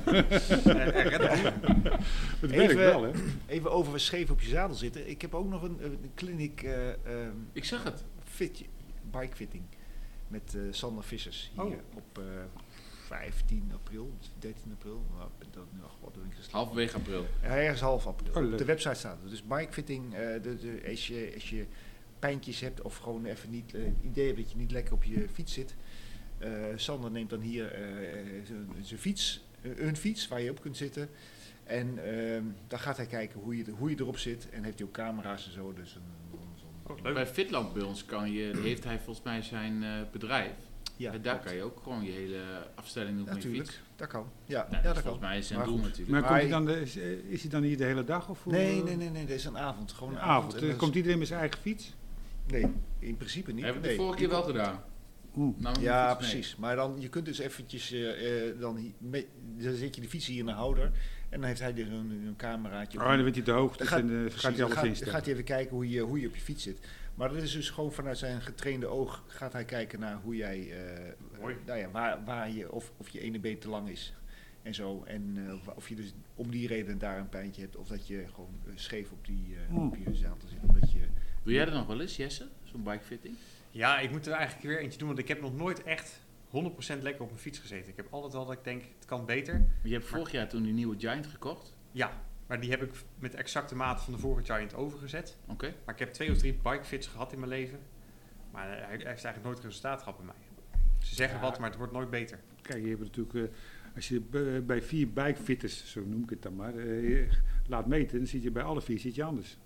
Eh, eh, Red Bull. Het Even- werkt wel, hè? Even over scheef op je zadel zitten. Ik heb ook nog een, een kliniek eh ehm, Ik zag het. fit, bikefitting met eh, Sander Vissers hier Oh. op eh, vijftien april, dertien april. Nou, ik ben dat nu al wat doe ik geslapen. Halverwege april. Ja, ergens half april. Oh, op leuk. de website staat het. Dus bikefitting, eh de, de, als, je, als je pijntjes hebt of gewoon even niet eh, het idee hebt dat je niet lekker op je fiets zit. eh, Sander neemt dan hier eh, zijn- zijn fiets, eh, een fiets waar je op kunt zitten. En ehm, dan gaat hij kijken hoe je, hoe je erop zit. En heeft hij ook camera's en zo. Dus een, zo'n- Oh, leuk. Bij Fitland bij ons kan je, heeft hij volgens mij zijn eh, bedrijf. ja, en daar klopt. kan je ook gewoon je hele afstelling doen van je Natuurlijk, fiets. dat kan. Ja, Nou, ja dat dat is kan. volgens mij zijn Maar doel goed. natuurlijk. Maar Maar komt hij hij- dan de, is, eh, is hij dan hier de hele dag? Of hoe, Nee, eh, nee, nee, nee, dit is een avond. Gewoon Een een avond. avond. En Eh, dat is- Komt iedereen met zijn eigen fiets? Nee, in principe niet. Hebben we nee. de vorige keer wel gedaan. Oeh. Nou, Ja, fiets mee. precies. Maar dan, je kunt dus eventjes, eh, eh, dan, hi- me- dan zet je de fiets hier in de houder. En dan heeft hij er een, een cameraatje. Oh, en dan weet hij de hoogte Dan gaat- en eh, Precies, gaat hij dan alles gaat, instellen. gaat hij even kijken hoe je, hoe je op je fiets zit. Maar dat is dus gewoon vanuit zijn getrainde oog gaat hij kijken naar hoe jij, eh, Mooi. nou ja, waar, waar je, of, of je ene been te lang is en zo. En eh, wa- of je dus om die reden daar een pijntje hebt of dat je gewoon eh, scheef op, die, eh, Hmm. op je zadel zit. Omdat je, Doe jij dat nog wel eens, Jesse? Zo'n bikefitting? Ja, ik moet er eigenlijk weer eentje doen, want ik heb nog nooit echt honderd procent lekker op mijn fiets gezeten. Ik heb altijd wel dat ik denk, het kan beter. Je hebt vorig jaar toen die nieuwe Giant gekocht. Ja, maar die heb ik met de exacte maat van de vorige Giant overgezet. Oké. Maar ik heb twee of drie bikefits gehad in mijn leven. Maar hij, hij heeft eigenlijk nooit resultaat gehad bij mij. Ze zeggen Ja. wat, maar het wordt nooit beter. Kijk, je hebt natuurlijk, eh, als je b- bij vier bikefitters, zo noem ik het dan maar, eh, laat meten, dan zit je bij alle vier zit je anders.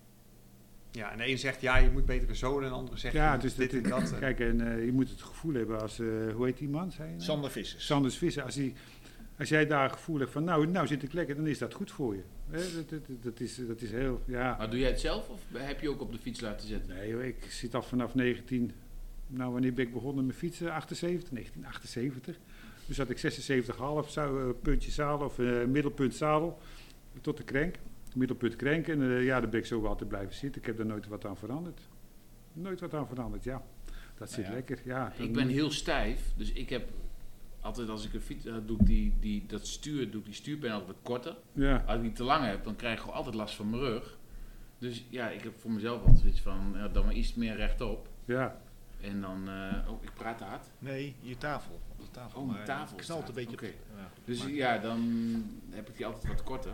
Ja, en de een zegt ja, je moet betere zolen en de andere zegt Ja, je dus moet dit en dat. Kijk, en eh, je moet het gevoel hebben als, eh, hoe heet die man? Zei je nou? Sander Vissers. Sanders Visser. Als, die, als jij daar het gevoel hebt van, nou, nou zit ik lekker, dan is dat goed voor je. Hè, dat, dat, dat, is, dat is heel, ja. Maar doe jij het zelf of heb je ook op de fiets laten zetten? Nee, hoor, ik zit al vanaf negentien, nou wanneer ben ik begonnen met fietsen? achtenzeventig, negentien achtenzeventig. Dus had ik zesenzeventig komma vijf zou, uh, puntje zadel of uh, middelpunt zadel tot de krenk. Middelpunt krenk en uh, ja, daar ben ik zo wel altijd blijven zitten. Ik heb daar nooit wat aan veranderd. Nooit wat aan veranderd, ja. Dat zit ja. lekker, ja. Ik ben heel stijf, dus ik heb altijd als ik een fiets, uh, doe ik die, die, dat stuur, doe ik die stuurpen altijd wat korter. Ja, Als ik die te lang heb, dan krijg ik gewoon altijd last van mijn rug. Dus ja, ik heb voor mezelf altijd zoiets van, ja, dan maar iets meer rechtop. ja. En dan, uh, oh, ik praat te hard. Nee, je tafel. Op de tafel. Oh, mijn maar tafel het knalt staat. een beetje. Oké. op- ja, goed, Dus maar- ja, dan heb ik die altijd wat korter.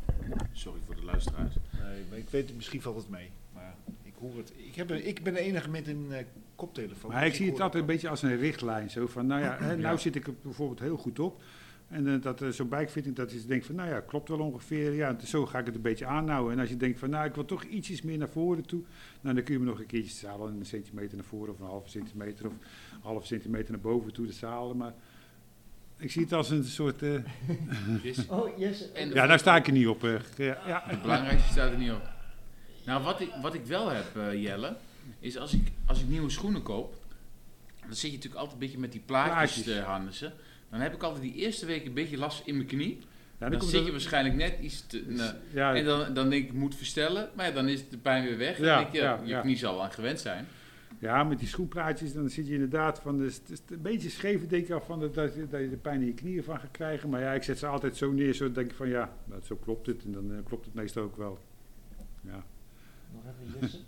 Sorry voor de luisteraars. Nee, maar ik weet het, misschien valt het mee. Maar ik hoor het. Ik, heb een, ik ben de enige met een uh, koptelefoon. Maar dus ik zie het hoor altijd een ook. beetje als een richtlijn. Zo van, nou ja, hè, nou Ja. zit ik er bijvoorbeeld heel goed op. En uh, dat uh, zo'n bikefitting, dat is denk van, nou ja, klopt wel ongeveer. Ja, en zo ga ik het een beetje aanhouden. En als je denkt van, nou, ik wil toch ietsjes meer naar voren toe. Nou, dan kun je me nog een keertje zalen, een centimeter naar voren of een halve centimeter of een halve centimeter naar boven toe, de zalen. Maar ik zie het als een soort... Uh, Dus, Oh, yes. en de- ja, daar sta ik er niet op. Uh, ja, ja. Het belangrijkste staat er niet op. Nou, wat ik, wat ik wel heb, uh, Jelle, is als ik, als ik nieuwe schoenen koop, dan zit je natuurlijk altijd een beetje met die plaatjes Plaatjes. te harnessen. Dan heb ik altijd die eerste week een beetje last in mijn knie. Ja, Dan komt zit dat- je waarschijnlijk net iets te... nou, ja, en dan, dan denk ik, ik moet verstellen. Maar ja, dan is de pijn weer weg. En Ja, dan denk je, ja, je ja. knie zal aan gewend zijn. ja, met die schoenpraatjes, dan zit je inderdaad van, dus, het is een beetje scheef, denk ik al van dat, dat je dat je de pijn in je knieën van gaat krijgen. Maar ja, ik zet ze altijd zo neer, zo denk ik van ja, nou, zo klopt het. En dan uh, klopt het meestal ook wel. Ja. Nog even Jesse.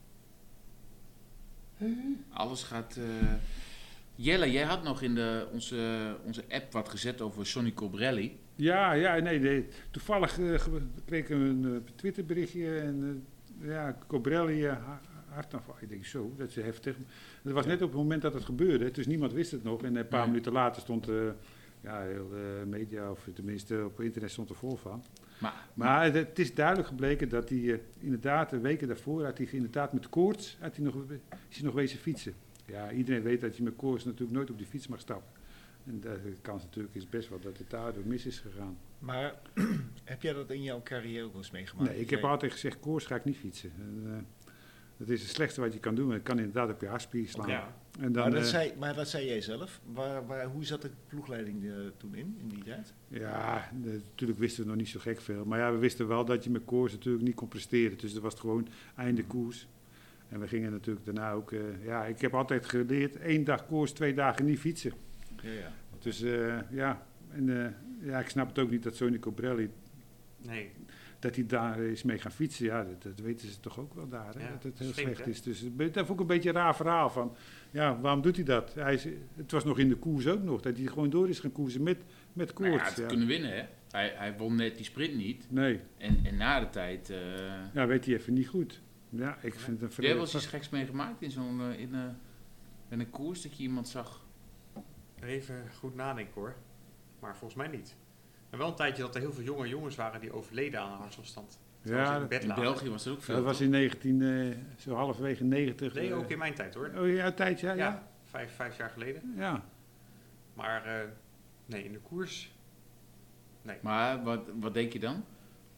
Alles gaat... uh, Jelle, jij had nog in de, onze, onze app wat gezet over Sonny Colbrelli. Ja, ja, nee, nee. Toevallig uh, ge- kreeg ik een uh, Twitter berichtje en uh, ja, Colbrelli uh, hartaanval. Ik denk zo, dat is heftig. Het was net op het moment dat het gebeurde, dus niemand wist het nog. En een paar Nee. minuten later stond uh, ja, heel uh, media, of tenminste op internet stond er vol van. Maar, Maar het, het is duidelijk gebleken dat hij uh, inderdaad, de weken daarvoor, had hij inderdaad met koorts, had hij nog, is hij nog wezen fietsen. Ja, iedereen weet dat je met koorts natuurlijk nooit op die fiets mag stappen. En de kans natuurlijk is best wel dat het daardoor mis is gegaan. Maar heb jij dat in jouw carrière ook eens meegemaakt? Nee, ik heb Jij- altijd gezegd, koorts ga ik niet fietsen. En, uh, dat is het slechtste wat je kan doen. Het kan inderdaad op je hartspier slaan. Ja. En dan, maar, dat uh, zei, maar dat zei jij zelf. Waar, waar, hoe zat de ploegleiding uh, toen in, in die tijd? Ja, de- natuurlijk wisten we nog niet zo gek veel. Maar ja, we wisten wel dat je met koers natuurlijk niet kon presteren. Dus dat was het gewoon einde koers. En we gingen natuurlijk daarna ook... Uh, ja, ik heb altijd geleerd, één dag koers, twee dagen niet fietsen. Ja, ja. Dus uh, ja, en, uh, ja, ik snap het ook niet dat Sonny Cobrelli, Nee. dat hij daar is mee gaan fietsen. Ja, dat, dat weten ze toch ook wel daar, hè, Ja, dat het heel vreemd, slecht hè? is. Dus het- dat vond ik een beetje een raar verhaal van, ja, waarom doet hij dat? Hij is, het was nog in de koers ook nog, dat hij gewoon door is gaan koersen met, met maar hij koorts. had Ja. kunnen winnen, hè? Hij, hij won net die sprint niet. Nee, En, en na de tijd... eh ja, weet hij even niet goed. Ja, ik vind het een Heb jij wel eens vrede- iets geks meegemaakt in zo'n eh, in, eh, in een koers dat je iemand zag? Even goed nadenken hoor. Maar volgens mij niet. Maar wel een tijdje dat er heel veel jonge jongens waren die overleden aan een hartstilstand. Terwijl ze Ja, in dat, bed In lagen. België was er ook veel. dat was toch? in negentien, eh, zo halverwege negentig. Nee, eh, ook in mijn tijd hoor. Oh ja, een tijdje, ja. Ja, ja. vijf, vijf jaar geleden. ja. Maar uh, nee, in de koers. Nee. Maar wat, wat denk je dan?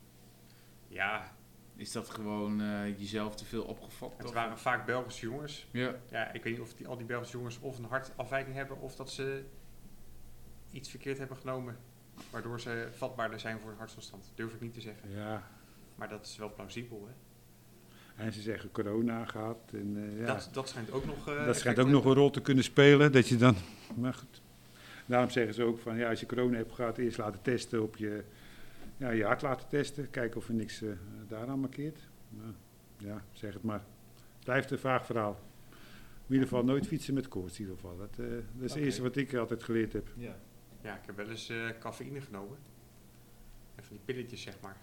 Ja, Is dat gewoon eh, jezelf te veel opgefokt? het of- waren vaak Belgische jongens. Ja. Ja, ik weet niet of die, al die Belgische jongens of een hartafwijking hebben of dat ze iets verkeerd hebben genomen. Waardoor ze vatbaarder zijn voor een hartstilstand. Durf ik niet te zeggen. ja. Maar dat is wel plausibel hè. En ze zeggen corona gehad. En, eh, ja. Dat, dat schijnt ook nog... Uh, dat schijnt ook nog een rol te kunnen spelen. Dat je dan, maar goed. Daarom zeggen ze ook van, ja, als je corona hebt gehad, eerst laten testen op je, ja, je hart laten testen. Kijken of er niks uh, daaraan markeert. Nou, ja, zeg het maar. Het blijft een vaag verhaal. In ieder geval nooit fietsen met koorts in ieder geval. Dat, uh, dat is het Oké. eerste wat ik altijd geleerd heb. Ja. Ja, ik heb wel eens uh, cafeïne genomen. En van die pilletjes zeg maar.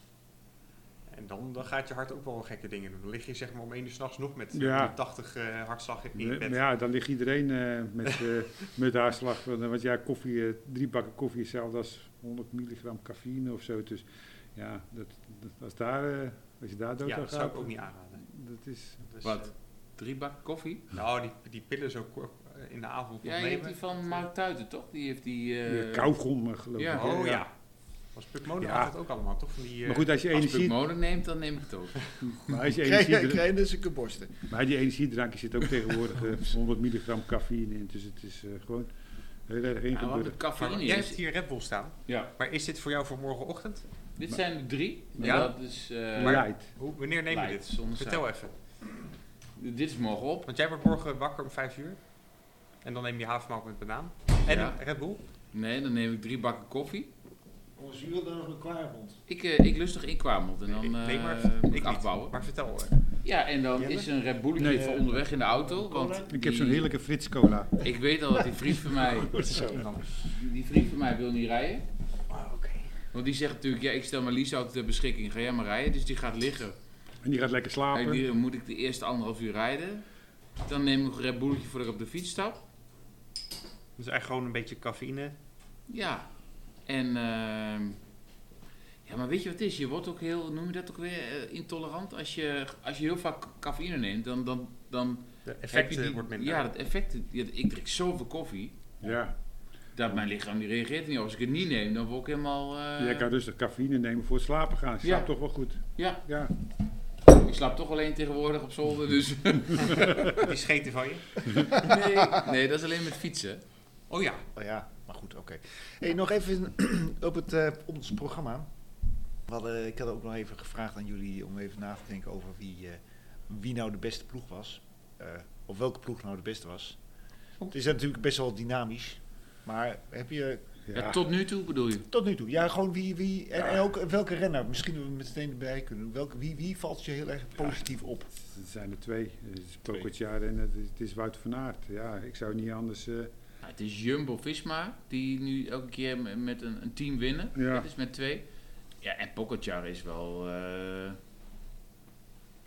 En dan, dan gaat je hart ook wel gekke dingen doen. Dan lig je zeg maar om één uur s'nachts nog met Ja. uh, tachtig uh, hartslag in je Nee, bed. maar ja, dan ligt iedereen uh, met, uh, met hartslag. Want want ja, koffie, uh, drie bakken koffie is hetzelfde als honderd milligram cafeïne of zo. Dus ja, dat, dat, als, daar, uh, als je daar dood Ja, aan dat gaat, zou ik ook niet aanraden. dat is... Dus, Wat? uh, Drie bakken koffie? nou, die, die pillen zo ko- in de avond Ja, nog je hebt nemen. die van Mark Tuiten, toch? Die heeft die... eh, Ja, kauwgom, uh, geloof ja. ik. Oh ja. Was Pukmonen Ja. altijd ook allemaal, toch? Van die, uh, Maar goed, als je Als energie... Pukmonen neemt, dan neem ik het ook. Maar als je Krijg je, energie krijg je dus een borsten. maar die energiedrank zit ook tegenwoordig uh, honderd milligram cafeïne in. Dus het is uh, gewoon heel erg Ja, want ingeburgerd. de maar cafeïne jij is... hebt hier Red Bull staan. Ja, Maar is dit voor jou voor morgenochtend? dit zijn er drie. Ja. Dat is... eh, Maar- Light. Hoe, wanneer neem je light, dit? zonder Vertel suiker. even. Dit is morgen op. Want jij wordt morgen wakker om vijf uur. En dan neem je havermelk met banaan. En Ja. Red Bull. Nee, dan neem ik drie bakken koffie. Ons uur dan nog een kwaarhond. Ik, uh, ik lust nog inkwameld en dan Nee, uh, nee, maar moet ik ik niet. afbouwen. Maar vertel. Uh, Ja, en dan Jelle? is een Red Bulletje Nee, voor eh, onderweg in de auto. Want Cola? Ik heb zo'n die- heerlijke Frits cola. Ik weet al dat die vriend van mij... Die vriend van mij wil niet rijden. oh, oké. Want die zegt natuurlijk, ja, ik stel mijn leaseauto ter beschikking, ga jij maar rijden. Dus die gaat liggen. En die gaat lekker En slapen. die, dan moet ik de eerste anderhalf uur rijden. Dan neem ik nog een Red Bulletje voordat ik op de fiets stap. Dus eigenlijk gewoon een beetje cafeïne. Ja. En, ehm ja, maar weet je wat het is? Je wordt ook heel, noem je dat ook weer, eh, intolerant. Als je, als je heel vaak cafeïne neemt, dan, dan, dan De heb effect je die, wordt minder. Ja, dat effect. Ja, ik drink zoveel koffie. Ja. Dat mijn lichaam die reageert er niet op. Als ik het niet neem, dan word ik helemaal... eh, Jij kan rustig cafeïne nemen voor het slapen gaan. Je Ja. slaapt toch wel goed. Ja, Ja. ik slaap toch alleen tegenwoordig op zolder, dus... Die scheten van je. nee, nee, dat is alleen met fietsen. Oh ja. Oh ja, maar goed, oké. Hey, nog even op, het, uh, op ons programma. We hadden, ik had ook nog even gevraagd aan jullie om even na te denken over wie, uh, wie nou de beste ploeg was. Uh, of welke ploeg nou de beste was. Het is natuurlijk best wel dynamisch. Maar heb je Ja. Ja, tot nu toe bedoel je? tot nu toe, ja, gewoon wie, wie en, Ja. en ook welke renner, misschien we meteen erbij kunnen doen. Welke, wie, wie valt je heel erg positief op? Het zijn er twee. Het is Pogacar en het is, het is Wout van Aert. Ja, ik zou niet anders... Uh, Nou, het is Jumbo-Visma, die nu elke keer me- met een, een team winnen. Ja. Dat is met twee. Ja, en Pogacar is wel... eh,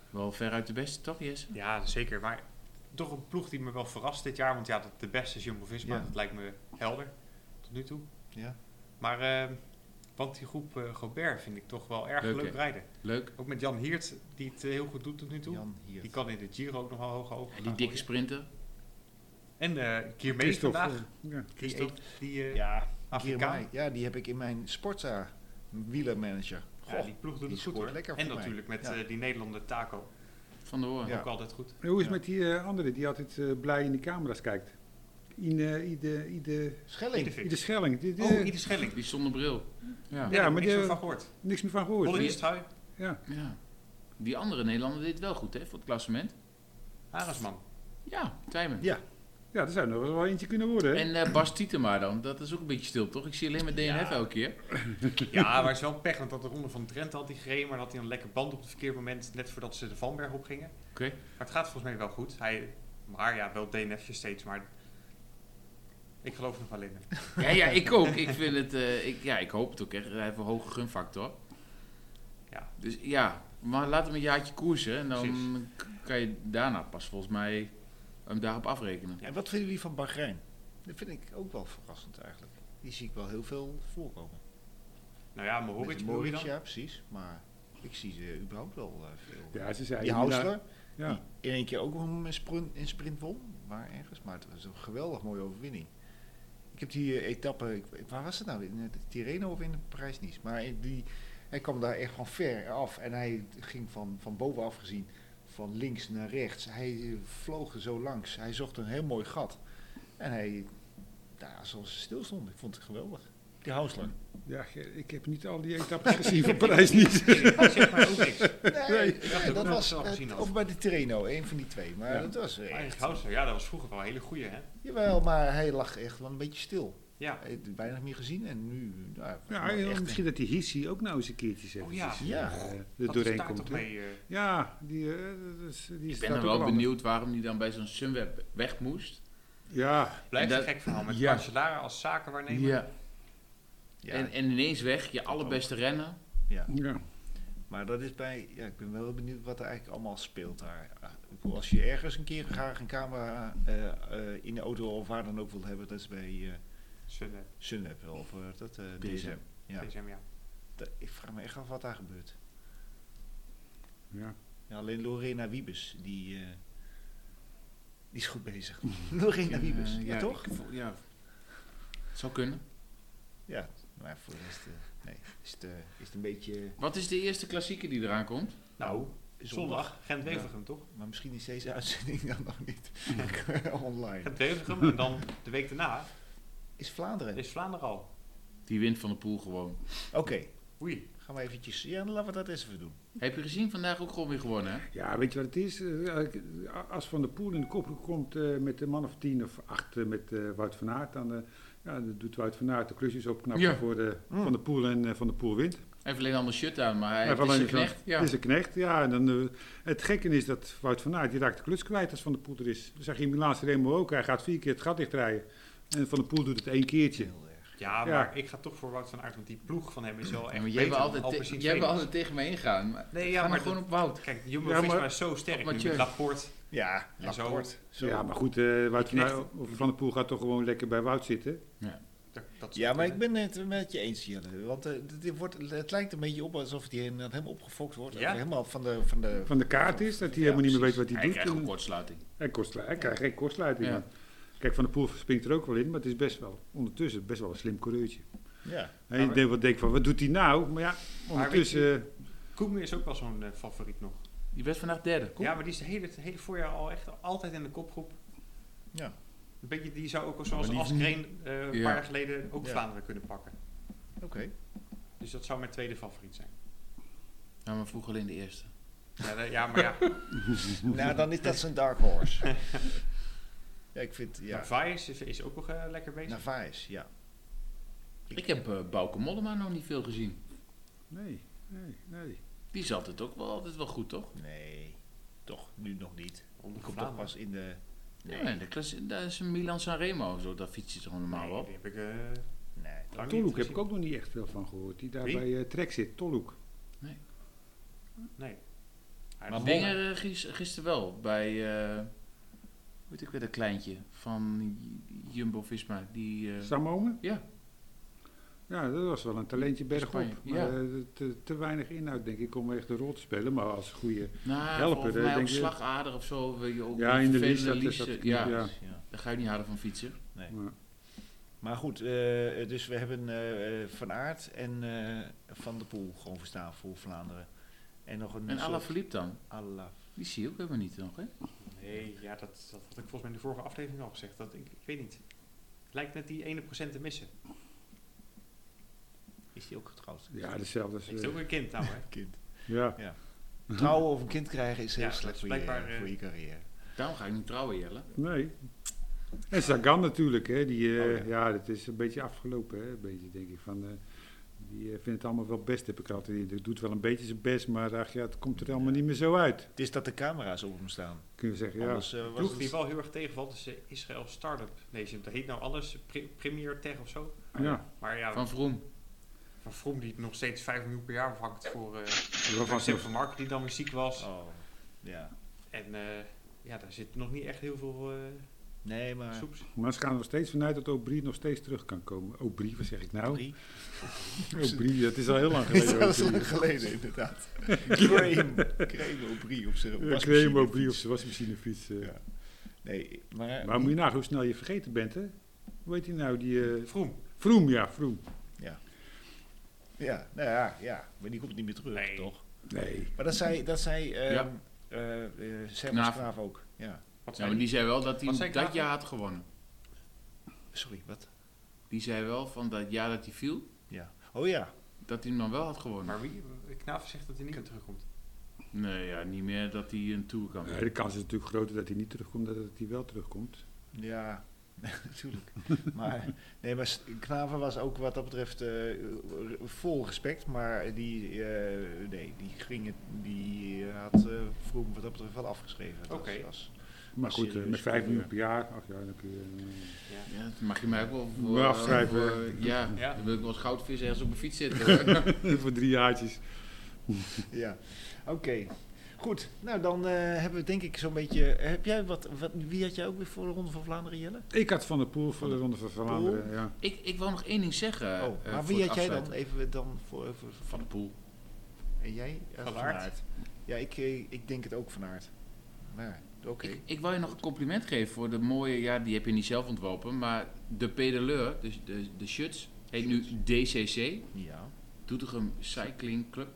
Wel ver uit de beste, toch, Jesse? Ja, zeker. Maar toch een ploeg die me wel verrast dit jaar. Want ja, de, de beste is Jumbo-Visma. Ja. Dat lijkt me helder. Tot nu toe. Ja. Maar, uh, want die groep uh, Gobert vind ik toch wel erg Leuk, leuk hè? rijden. Leuk. Ook met Jan Hiert, die het uh, heel goed doet tot nu toe. Jan hier. Die kan in de Giro ook nog wel hoog open. En die dikke sprinter. En uh, Kiermee Christophe, vandaag. eh, ja. Die, Christophe. die uh, Ja, Afrikaan. Kiermai. Ja, die heb ik in mijn Sportza wielermanager. Ja, Goh, die ploeg doet die het goed scoort hoor. lekker En voor mij. natuurlijk met Ja. uh, die Nederlander Taco. Van de Hoorn. Ja. Ook altijd goed. En hoe is het Ja. met die eh, andere die altijd eh, blij in de camera's kijkt? Ine, Ide, Ide, Schelling. Ide- Ide Schelling. Die, die, Oh, Ieder Schelling. Die zonder bril. Ja. Ja, Ja, maar maar niks die- meer van gehoord. niks meer van gehoord. Holland hè? is trui. Ja. ja. Die andere Nederlander deed het wel goed, hè, voor het klassement. Arendsman. Ja, Tijmen. Ja, ja, er zou nog wel eentje kunnen worden. Hè? En uh, Bas Tietema dan, dat is ook een beetje stil, toch? Ik zie alleen maar D N F Ja. elke keer. Ja, maar het is wel pech, want dat de ronde van Drenthe had hij gereden, maar dan had hij een lekker band op het verkeerde moment, net voordat ze de Vanberg opgingen. Oké. Maar het gaat volgens mij wel goed. Hij, maar ja, wel D N F'je steeds, maar ik geloof er nog wel in hem. Ja, ja, ik ook. Ik vind het, uh, ik, ja, ik hoop het ook echt. Hij heeft een hoge gunfactor. Ja. Dus ja, maar laat hem een jaartje koersen en dan Precies. k- kan je daarna pas volgens mij hem daarop afrekenen. En wat vinden jullie van Bahrein? Dat vind ik ook wel verrassend eigenlijk. Die zie ik wel heel veel voorkomen. Nou ja, Met Mohoric de bedoel je Mohoric, dan? ja precies. Maar ik zie ze überhaupt wel uh, veel. Ja, ze zei die inderdaad- Hausler, Ja. die in één keer ook een sprint, een sprint won. Waar ergens, maar het was een geweldig mooie overwinning. Ik heb die uh, etappe, ik, waar was het nou? In het Tirreno of in Parijs-Nice? Maar die, hij kwam daar echt van ver af en hij ging van, van bovenaf gezien van links naar rechts. Hij uh, vloog er zo langs. Hij zocht een heel mooi gat. En hij, nou, zoals ze stil stond, ik vond het geweldig. Die Hausler. Ja, ik heb niet al die etappes gezien van Parijs niet. Hij zegt mij ook niks. Nee, ik dacht nee, ook dat dat was ik het wel het- gezien had. of bij de Tirreno, een van die twee. Maar Ja. dat was Eigenlijk echt. Houser, ja, dat was vroeger wel een hele goeie, hè? Jawel, maar hij lag echt wel een beetje stil. Ja. Hij had weinig meer gezien en nu. Nou, Ja, echt en misschien dat die Hissi ook nou eens een keertje zegt. Oh ja. Ja. er Dat is doorheen daar komt. toch hè. mee... uh, Ja, die, eh, dat is, die Ik staat ben er ook wel anders. benieuwd waarom hij dan bij zo'n Sunweb weg moest. Ja, blijft Dat- een gek verhaal met ja. Cancellara als zakenwaarnemer. Ja. Ja, En, en ineens weg, je allerbeste renner. ja. ja. Maar dat is bij. Ja, ik ben wel benieuwd wat er eigenlijk allemaal speelt daar. Ja, ik bedoel, als je ergens een keer graag een camera eh, eh, in de auto of waar dan ook wilt hebben, dat is bij eh Sunweb, Sunweb wel, of eh, dat eh D S M. D S M. Ja, D S M, ja. dat- ik vraag me echt af wat daar gebeurt. ja. Ja, alleen Lorena Wiebes, die, eh, die is goed bezig. Lorena Wiebes, Eh, ja, toch? ik voel- ja. Het zou kunnen. Ja, maar voor de rest, eh, nee, is het, eh, is het een beetje. Wat is de eerste klassieker die eraan komt? Nou, zondag, Gent-Wevelgem, toch? Maar misschien is deze uitzending dan nog niet online. Gent-Wevelgem en dan de week daarna Is Vlaanderen? is Vlaanderen al. Die wint van de Poel gewoon. Oké, Oei. gaan we eventjes. Ja, dan laten we dat eens even doen. Heb je gezien vandaag ook gewoon weer gewonnen, hè? Ja, weet je wat het is? Eh, Als Van der Poel in de kop komt eh, met een man of tien of acht eh, met eh, Wout van Aert, dan, eh, ja, dan doet Wout van Aert de klusjes opknappen Ja. voor de, Mm. Van der Poel en eh, Van der Poel wint. Hij heeft alleen een ander shirt aan, maar hij Hij het heeft is alleen zijn zo'n- knecht. Ja. Het is een knecht, ja. En dan, eh, het gekke is dat Wout van Aert, die raakt de kluts kwijt als Van der Poel er is. Dat zag je in Milaanse Remo ook. Hij gaat vier keer het gat dichtrijden. En Van der Poel doet het één keertje. Heel erg. Ja, Ja. maar ik ga toch voor Wout van Aert, want die ploeg van hem is wel Ja, echt maar jij wil beter altijd, dan te- Alpecin jij wil Phoenix. altijd tegen me ingaan. Maar Nee, ga ja, maar maar gewoon dat- op Wout. Kijk, Ja, Jumbo-Visma maar- is zo sterk nu Mathieu. met Laporte. Ja, En zo- Laporte. Zo. Ja, maar goed, eh Wout van, knecht- Aert- of Van der Poel gaat toch gewoon lekker bij Wout zitten. Dat, dat Ja, maar ik ben het met je eens, Jelle. Want eh, dit- dit wordt, het lijkt een beetje op alsof hij helemaal opgefokt wordt. Ja. Helemaal van de, van de... Van de kaart is dat hij Ja, helemaal niet meer weet precies. wat hij Hij doet. krijgt een En- kortsluiting. Hij, kost, hij krijgt geen kortsluiting. Ja. man. Kijk, Van der Poel springt er ook wel in, maar het is best wel, ondertussen best wel een slim coureurtje. Ja. En je denkt, wat denk van, wat doet hij nou? Maar ja, ondertussen... eh, Koemen is ook wel zo'n eh, favoriet nog. Die werd vandaag derde. Kom. Ja, maar die is het hele, het hele voorjaar al echt altijd in de kopgroep. Ja. Een beetje, die zou ook al zoals Maar die- Askreen eh een Ja. paar jaar geleden ook Ja. Vlaanderen kunnen pakken. Oké. Dus dat zou mijn tweede favoriet zijn. Ja, maar vroeger alleen de eerste. Ja, de- ja maar ja. Nou, dan is dat zijn dark horse. Ja, ik vind... Ja. Narvaez is, is ook nog eh, lekker bezig. Navaes, ja. Ik heb uh, Bauke Mollema nog niet veel gezien. nee, nee, nee. Die zat het ook wel altijd wel goed, toch? Nee, toch, nu nog niet. Om Die komt toch Vlaanderen. pas in de... Nee, ja, de klas, dat is een Milan Sanremo, zo, daar fietst je toch normaal Nee, wel. die heb ik... eh, Nee. lang Tolhoek niet heb ik gezien. ook nog niet echt veel van gehoord. Die daar Wie? bij eh, Trek zit, Tolhoek. Nee. Maar Dingen gisteren wel bij, uh, weet ik weer, dat kleintje van Jumbo-Visma. Die, uh, Sam Omen? Ja. Ja, dat was wel een talentje bergop. Spanje, Maar ja. uh, te, te weinig inhoud, denk ik, om echt een rol te spelen. Maar als goede nou, helper... volgens mij denk ook je... slagader of zo. Je ook Ja, in de lies, vervelende dat is dat lies, niet, ja. ja. Ja. Daar ga je niet harder van fietsen. Nee. Ja. Maar goed, uh, dus we hebben uh, Van Aert en uh, Van der Poel gewoon verstaan voor Vlaanderen. En nog een En soort... Alaphilippe dan? Ala... Die zie je ook helemaal niet nog, hè? Nee, ja, dat, dat had ik volgens mij in de vorige aflevering al gezegd. Dat, ik, ik weet niet. Het lijkt net die ene procent te missen. Is die ook getrouwd? Ja, hetzelfde als... Het is Uh, ook een kind nou, hè? Kind. ja. Ja. Trouwen of een kind krijgen is heel Ja, slecht voor, blijkbaar, je, uh, voor je carrière. Daarom ga ik niet trouwen, Jelle. Nee. En Sagan natuurlijk, hè. Die, uh, Oh, ja. ja. ja, dat is een beetje afgelopen, hè. Een beetje, denk ik, van... Uh, die uh, vindt het allemaal wel best, heb ik altijd. Die doet wel een beetje zijn best, maar ach, ja, het komt er allemaal Ja. niet meer zo uit. Het is dat de camera's op hem staan. Kun je zeggen, ja. Anders, uh, was Ploeg het- die wel heel erg tegenvalt is uh, Israël Startup Nation. Dat heet nou alles Pre- Premier Tech of zo. Ja. Maar ja, Van Vroom. van Vroom die nog steeds vijf miljoen per jaar vangt voor uh, Waarvan Sepp van Marken die dan weer ziek was. Oh, ja. En uh, ja, daar zit nog niet echt heel veel uh, Nee, maar... soeps. Maar ze gaan er nog steeds vanuit dat Aubry nog steeds terug kan komen. Aubry, wat zeg ik nou? Drie. Aubry, dat is al heel lang geleden. Dat is Aubry. lang geleden, inderdaad. Cream. Cream Aubry op zijn Ja, wasmachine. Graham Aubry op zijn wasmachinefiets. uh. Ja. Nee, maar... Maar moet je nagaan hoe snel je vergeten bent, hè? Hoe heet die nou? Die, uh, Vroom. Vroom, ja, Vroom. Ja. Ja, nou ja, ja. Maar die komt niet meer terug, Nee. toch? Nee. Maar dat zei, dat zei uh, Ja. uh, uh, Sermans Knaaf. Knaaf ook. Ja. Wat Ja, zei maar die die? zei wel dat Wat zei hij dat Knaven? jaar had gewonnen. Sorry, wat? Die zei wel van dat jaar dat hij viel, Ja. Oh ja. dat hij hem dan wel had gewonnen. Maar wie? Knaaf zegt dat hij niet meer terugkomt. Nee, ja, niet meer dat hij een Tour kan Ja, winnen. de kans is natuurlijk groter dat hij niet terugkomt dan dat hij wel terugkomt. Ja, natuurlijk. Maar, nee, maar S- Knaven was ook wat dat betreft uh, vol respect, maar die, uh, nee, die, ging het, die had uh, Vroom wat dat betreft wel afgeschreven. Dat Oké. was- Maar goed, uh, serieus met vijf voor, miljoen uh, per jaar, ach ja, dan kun je... uh, Ja. Ja, dat mag je mij ook wel voor, Wel afschrijven. voor, ja, Ja. dan wil ik wel als goudvis ergens op mijn fiets zitten. Hoor. voor drie jaartjes. Ja, oké. Goed, nou dan uh, hebben we denk ik zo'n beetje... Heb jij wat, wat... Wie had jij ook weer voor de Ronde van Vlaanderen, Jelle? Ik had Van der Poel voor de Ronde van Vlaanderen, ja. ik, ik wil nog één ding zeggen. Oh, eh, maar voor wie het had jij dan? afsluiten. Even dan voor... voor Van de Poel. en jij? Uh, Van Aert. Ja, ik, eh, ik denk het ook Van Aert. Maar, oké. Ik, ik wil je nog een compliment geven voor de mooie, ja, die heb je niet zelf ontworpen, maar de pedaleur, dus de, de shirts, heet nu D C C, Ja. Doetinchem Cycling Club.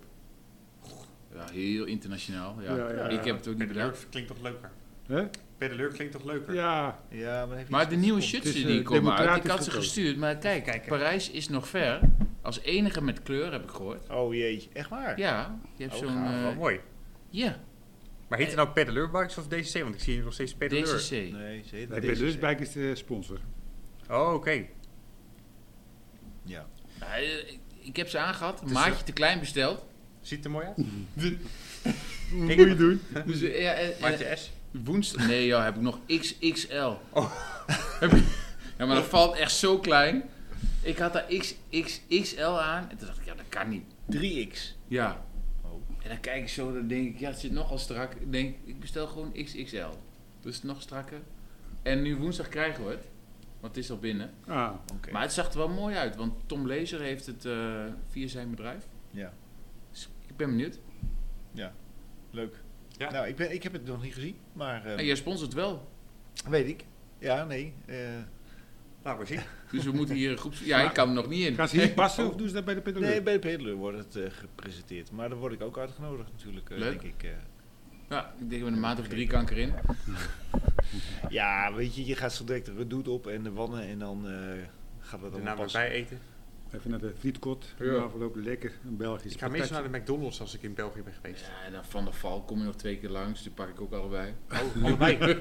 Ja, heel internationaal. Ja. Ja, ja, Ik heb het ook niet Pedaleur bedacht. klinkt toch leuker? Hè? Pedaleur klinkt toch leuker? Ja, Ja, maar, heeft Maar iets de met nieuwe sport. shirts Het is, die eh, komen uit, ik democratisch had ze gekozen. gestuurd, maar kijk, Kijken. Parijs is nog ver. Als enige met kleur heb ik gehoord. Oh jee, echt waar? Ja, je hebt Oh, zo'n... gaaf, eh, Wel mooi. ja, Maar heet het nou pedaleurbikes of D C C? Want ik zie hier nog steeds pedaleur. D C C. Nee, ze heet nee, deze- Pedalersbike is de sponsor. Oh, oké. Ja. Ja, eh, ik, ik heb ze aangehad, een is, maatje eh, te klein besteld. Ziet er mooi uit? Wat Kijk, moet je doen? Dus, eh, ja, en- en- Maatje S. woensdag, nee joh, heb ik nog X X L. Oh. Heb je- ja, maar dat valt echt zo klein. Ik had daar X X L aan en toen dacht ik, ja dat kan niet. drie x. Ja. Oh. En dan kijk ik zo, dan denk ik, ja het zit nogal strak. Ik denk, ik bestel gewoon X X L. Dus nog strakker. En nu woensdag krijgen we het. Want het is al binnen. Ah, Oké. Maar het zag er wel mooi uit, want Tom Lezer heeft het eh, via zijn bedrijf. Ja, Dus ik ben benieuwd. leuk. Ja. Nou, ik, ben, ik heb het nog niet gezien, maar eh, En jij sponsort wel. weet ik. Ja, nee. eh, Nou, we zien. Dus we moeten hier een groeps... Ja, ik kan er nog niet in. gaan ze hier passen of doen ze dat bij de pedaleur? nee, bij de Pedaleur wordt het eh, gepresenteerd. Maar dan word ik ook uitgenodigd natuurlijk, eh, Leuk. denk ik. eh. Ja, ik denk met een maand of drie kanker in. Ja, weet je, je gaat zo direct de redoute op en de wannen en dan eh, gaat het De allemaal naam passen. erbij eten. Even naar de frietkot. Ja. Ja. Afgelopen lekker. Een Belgisch Ik ga meestal naar de McDonald's als ik in België ben geweest. Ja, en dan Van der Val kom je nog twee keer langs, die pak ik ook allebei. Oh, allebei.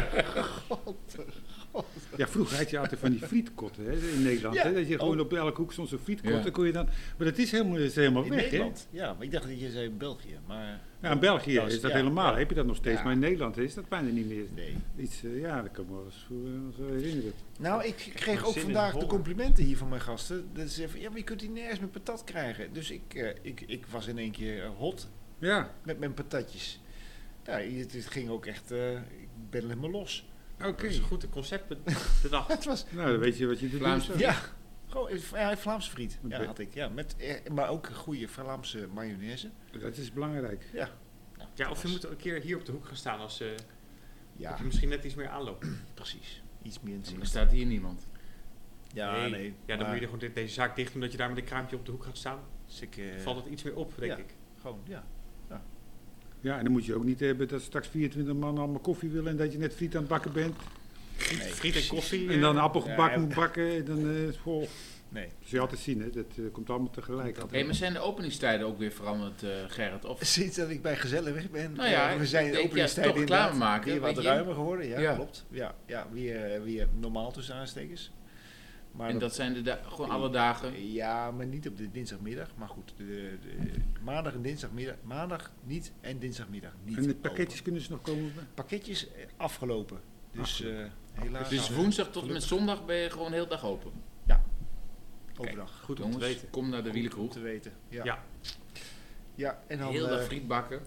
Ja, vroeger had je altijd van die frietkotten hè, in Nederland. Ja. Hè, dat je gewoon Oh. op elke hoek stond zo'n frietkot. Ja. Dan kon je dan, maar dat is helemaal, dat is helemaal In weg, Nederland? Ja, maar ik dacht dat je zei België, maar... hè? Ja, in België Ja, is dat ja, helemaal. ja. Heb je dat nog steeds. Ja. Maar in Nederland is dat bijna niet meer. Nee. Iets, uh, ja, dat kan ik me wel eens voor, uh, zo herinneren. Nou, ik kreeg nog ook zin in vandaag de honger. complimenten hier van mijn gasten. Dat ze zeggen van, ja, maar je kunt die nergens met patat krijgen. Dus ik, eh, ik, ik was in één keer eh, hot Ja, met mijn patatjes. Ja, het, het ging ook echt, uh, ik ben helemaal los. Oké. Okay. Dat is een goed concept bedacht. Het was, nou, dan weet je wat je te doen hebt. Ja, gewoon ja, Vlaamse friet ja, had ik. Ja, met, maar ook een goede Vlaamse mayonaise. Dat is belangrijk. Ja. Nou, ja, of je moet een keer hier op de hoek gaan staan als uh, ja. dat je misschien net iets meer aanloopt. Precies. Iets meer in het Er staat hier niemand. Ja, nee. nee ja, dan moet je gewoon dit, deze zaak dicht doen dat je daar met een kraampje op de hoek gaat staan. Dus ik, uh, valt het iets meer op, denk ja, ik. Gewoon, ja. ja. Ja, en dan moet je ook niet hebben dat straks vierentwintig man allemaal koffie willen en dat je net friet aan het bakken bent. Friet, nee, friet en koffie. En dan appelgebak ja, moet bakken. En dan, uh, oh. Nee. Dat zul je altijd zien, hè. Dat uh, komt allemaal tegelijk. Hé, hey, maar zijn de openingstijden ook weer veranderd, uh, Gerrit? Of? Sinds dat ik bij Gezellig weg ben, nou ja, uh, we zijn de openingstijden ja, toch maken, weer wat ruimer geworden. Ja, ja. klopt. Ja, ja, weer, weer normaal tussen aanstekens. Maar en dat, dat zijn de da- gewoon alle dagen? Ja, maar niet op de dinsdagmiddag. Maar goed, de, de, maandag en dinsdagmiddag. Maandag niet en dinsdagmiddag niet. En de pakketjes open. Kunnen ze nog komen? Pakketjes afgelopen. Dus uh, helaas. Dus woensdag tot en met zondag ben je gewoon heel dag open? Ja. Overdag. Kijk, goed om jongens, te weten. Kom naar de wielenkroeg. Goed om te weten. Ja. Ja. Ja, en dan, heel dag uh, friet bakken.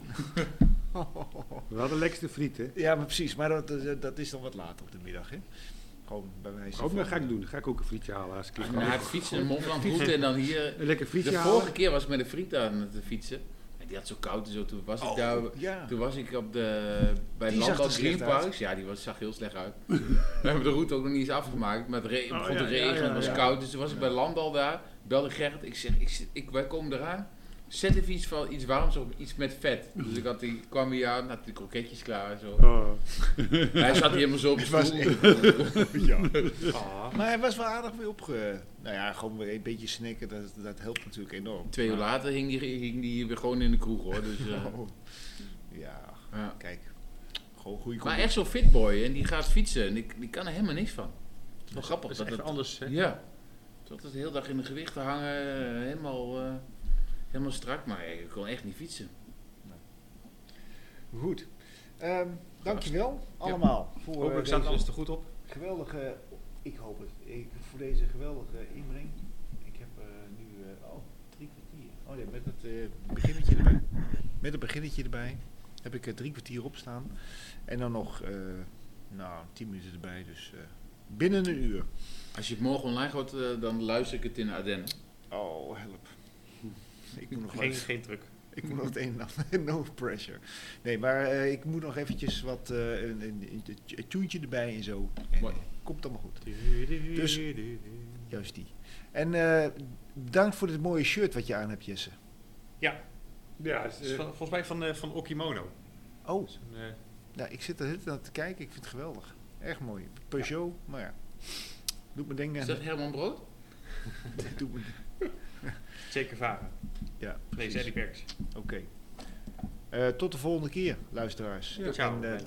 We hadden lekkerste friet, hè? Ja, maar precies. Maar dat, dat, dat is dan wat later op de middag, hè? Gewoon bij wijze van... Oh, dat ga ik doen. Dan ga ik ook een frietje halen. Als ik ja, hij heeft fietsen in Mont Blanc en dan hier... Een lekker frietje de halen. vorige keer was ik met een friet aan het fietsen. En die had zo koud en zo. Toen was oh, ik daar... Ja. Toen was ik op de... Bij die Landbouw Greenparks. Ja, die was, zag heel slecht uit. We hebben de route ook nog niet eens afgemaakt. Maar het re- begon oh, ja, te regenen. Ja, ja, het was ja. koud. Dus toen was ik bij Landbouw daar. Belde Gerrit. Ik zeg, ik, ik, wij komen eraan. Zet even iets van iets warms op, iets met vet. Dus ik had die, kwam hier aan, had die kroketjes klaar en zo. Oh. Hij zat hier helemaal zo op de stoel. Ja. Oh. Maar hij was wel aardig weer opge... Nou ja, gewoon weer een beetje snacken, dat, dat helpt natuurlijk enorm. Twee uur maar... later hing die, hing die weer gewoon in de kroeg hoor. Dus, uh... oh. ja, ja, kijk. Gewoon goede Maar echt zo'n fitboy en die gaat fietsen en die, die kan er helemaal niks van. Het is wel grappig. Dat is dat echt het, anders, hè? Ja. Tot het de hele dag in de gewichten hangen, helemaal... Uh, Helemaal strak, maar ik kon echt niet fietsen. Nee. Goed. Um, dankjewel allemaal. Ja. Voor Hopelijk staat alles er goed op. Geweldige, ik hoop het, ik, voor deze geweldige inbreng. Ik heb uh, nu, uh, oh, drie kwartier. Oh nee, met het uh, beginnetje erbij. Met het beginnetje erbij heb ik uh, drie kwartier opstaan. En dan nog, uh, nou, tien minuten erbij. Dus uh, binnen een uur. Als je het morgen online gooit, uh, dan luister ik het in de Ardennen. Oh, help. Ik moet nog geen, wat, geen druk. Ik moet nog het een en ander. No pressure. Nee, maar uh, ik moet nog eventjes wat uh, een, een, een tuentje erbij en zo. En uh, komt allemaal goed. Dus, juist die. En uh, bedankt voor dit mooie shirt wat je aan hebt, Jesse. Ja. Ja, het is uh, van, volgens mij van, uh, van Okimono. Oh. Dus een, uh, ja, ik zit er heel naar te kijken. Ik vind het geweldig. Erg mooi. Peugeot, ja. Maar ja. Doet me denken. Is dat Herman Brood? Doet me Zeker varen. Ja, nee, Zeddy Perks. Oké. Okay. Uh, tot de volgende keer, luisteraars. Ja, ciao. En, uh,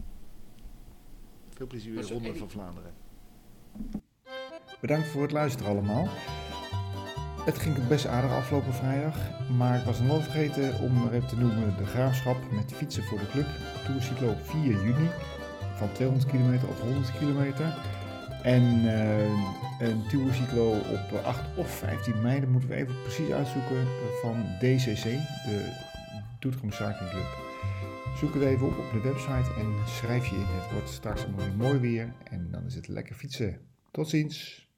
veel plezier in de Ronde van Vlaanderen. Bedankt voor het luisteren allemaal. Het ging best aardig afgelopen vrijdag, maar ik was nog wel vergeten om nog even te noemen de Graafschap met fietsen voor de club. Tourcyclo op vier juni van tweehonderd kilometer of honderd kilometer. En uh, een Tourcyclo op acht of vijftien mei, dat moeten we even precies uitzoeken, van D C C, de Doetinchem Cycling Club. Zoek het even op op de website en schrijf je in. Het wordt straks mooi, mooi weer en dan is het lekker fietsen. Tot ziens!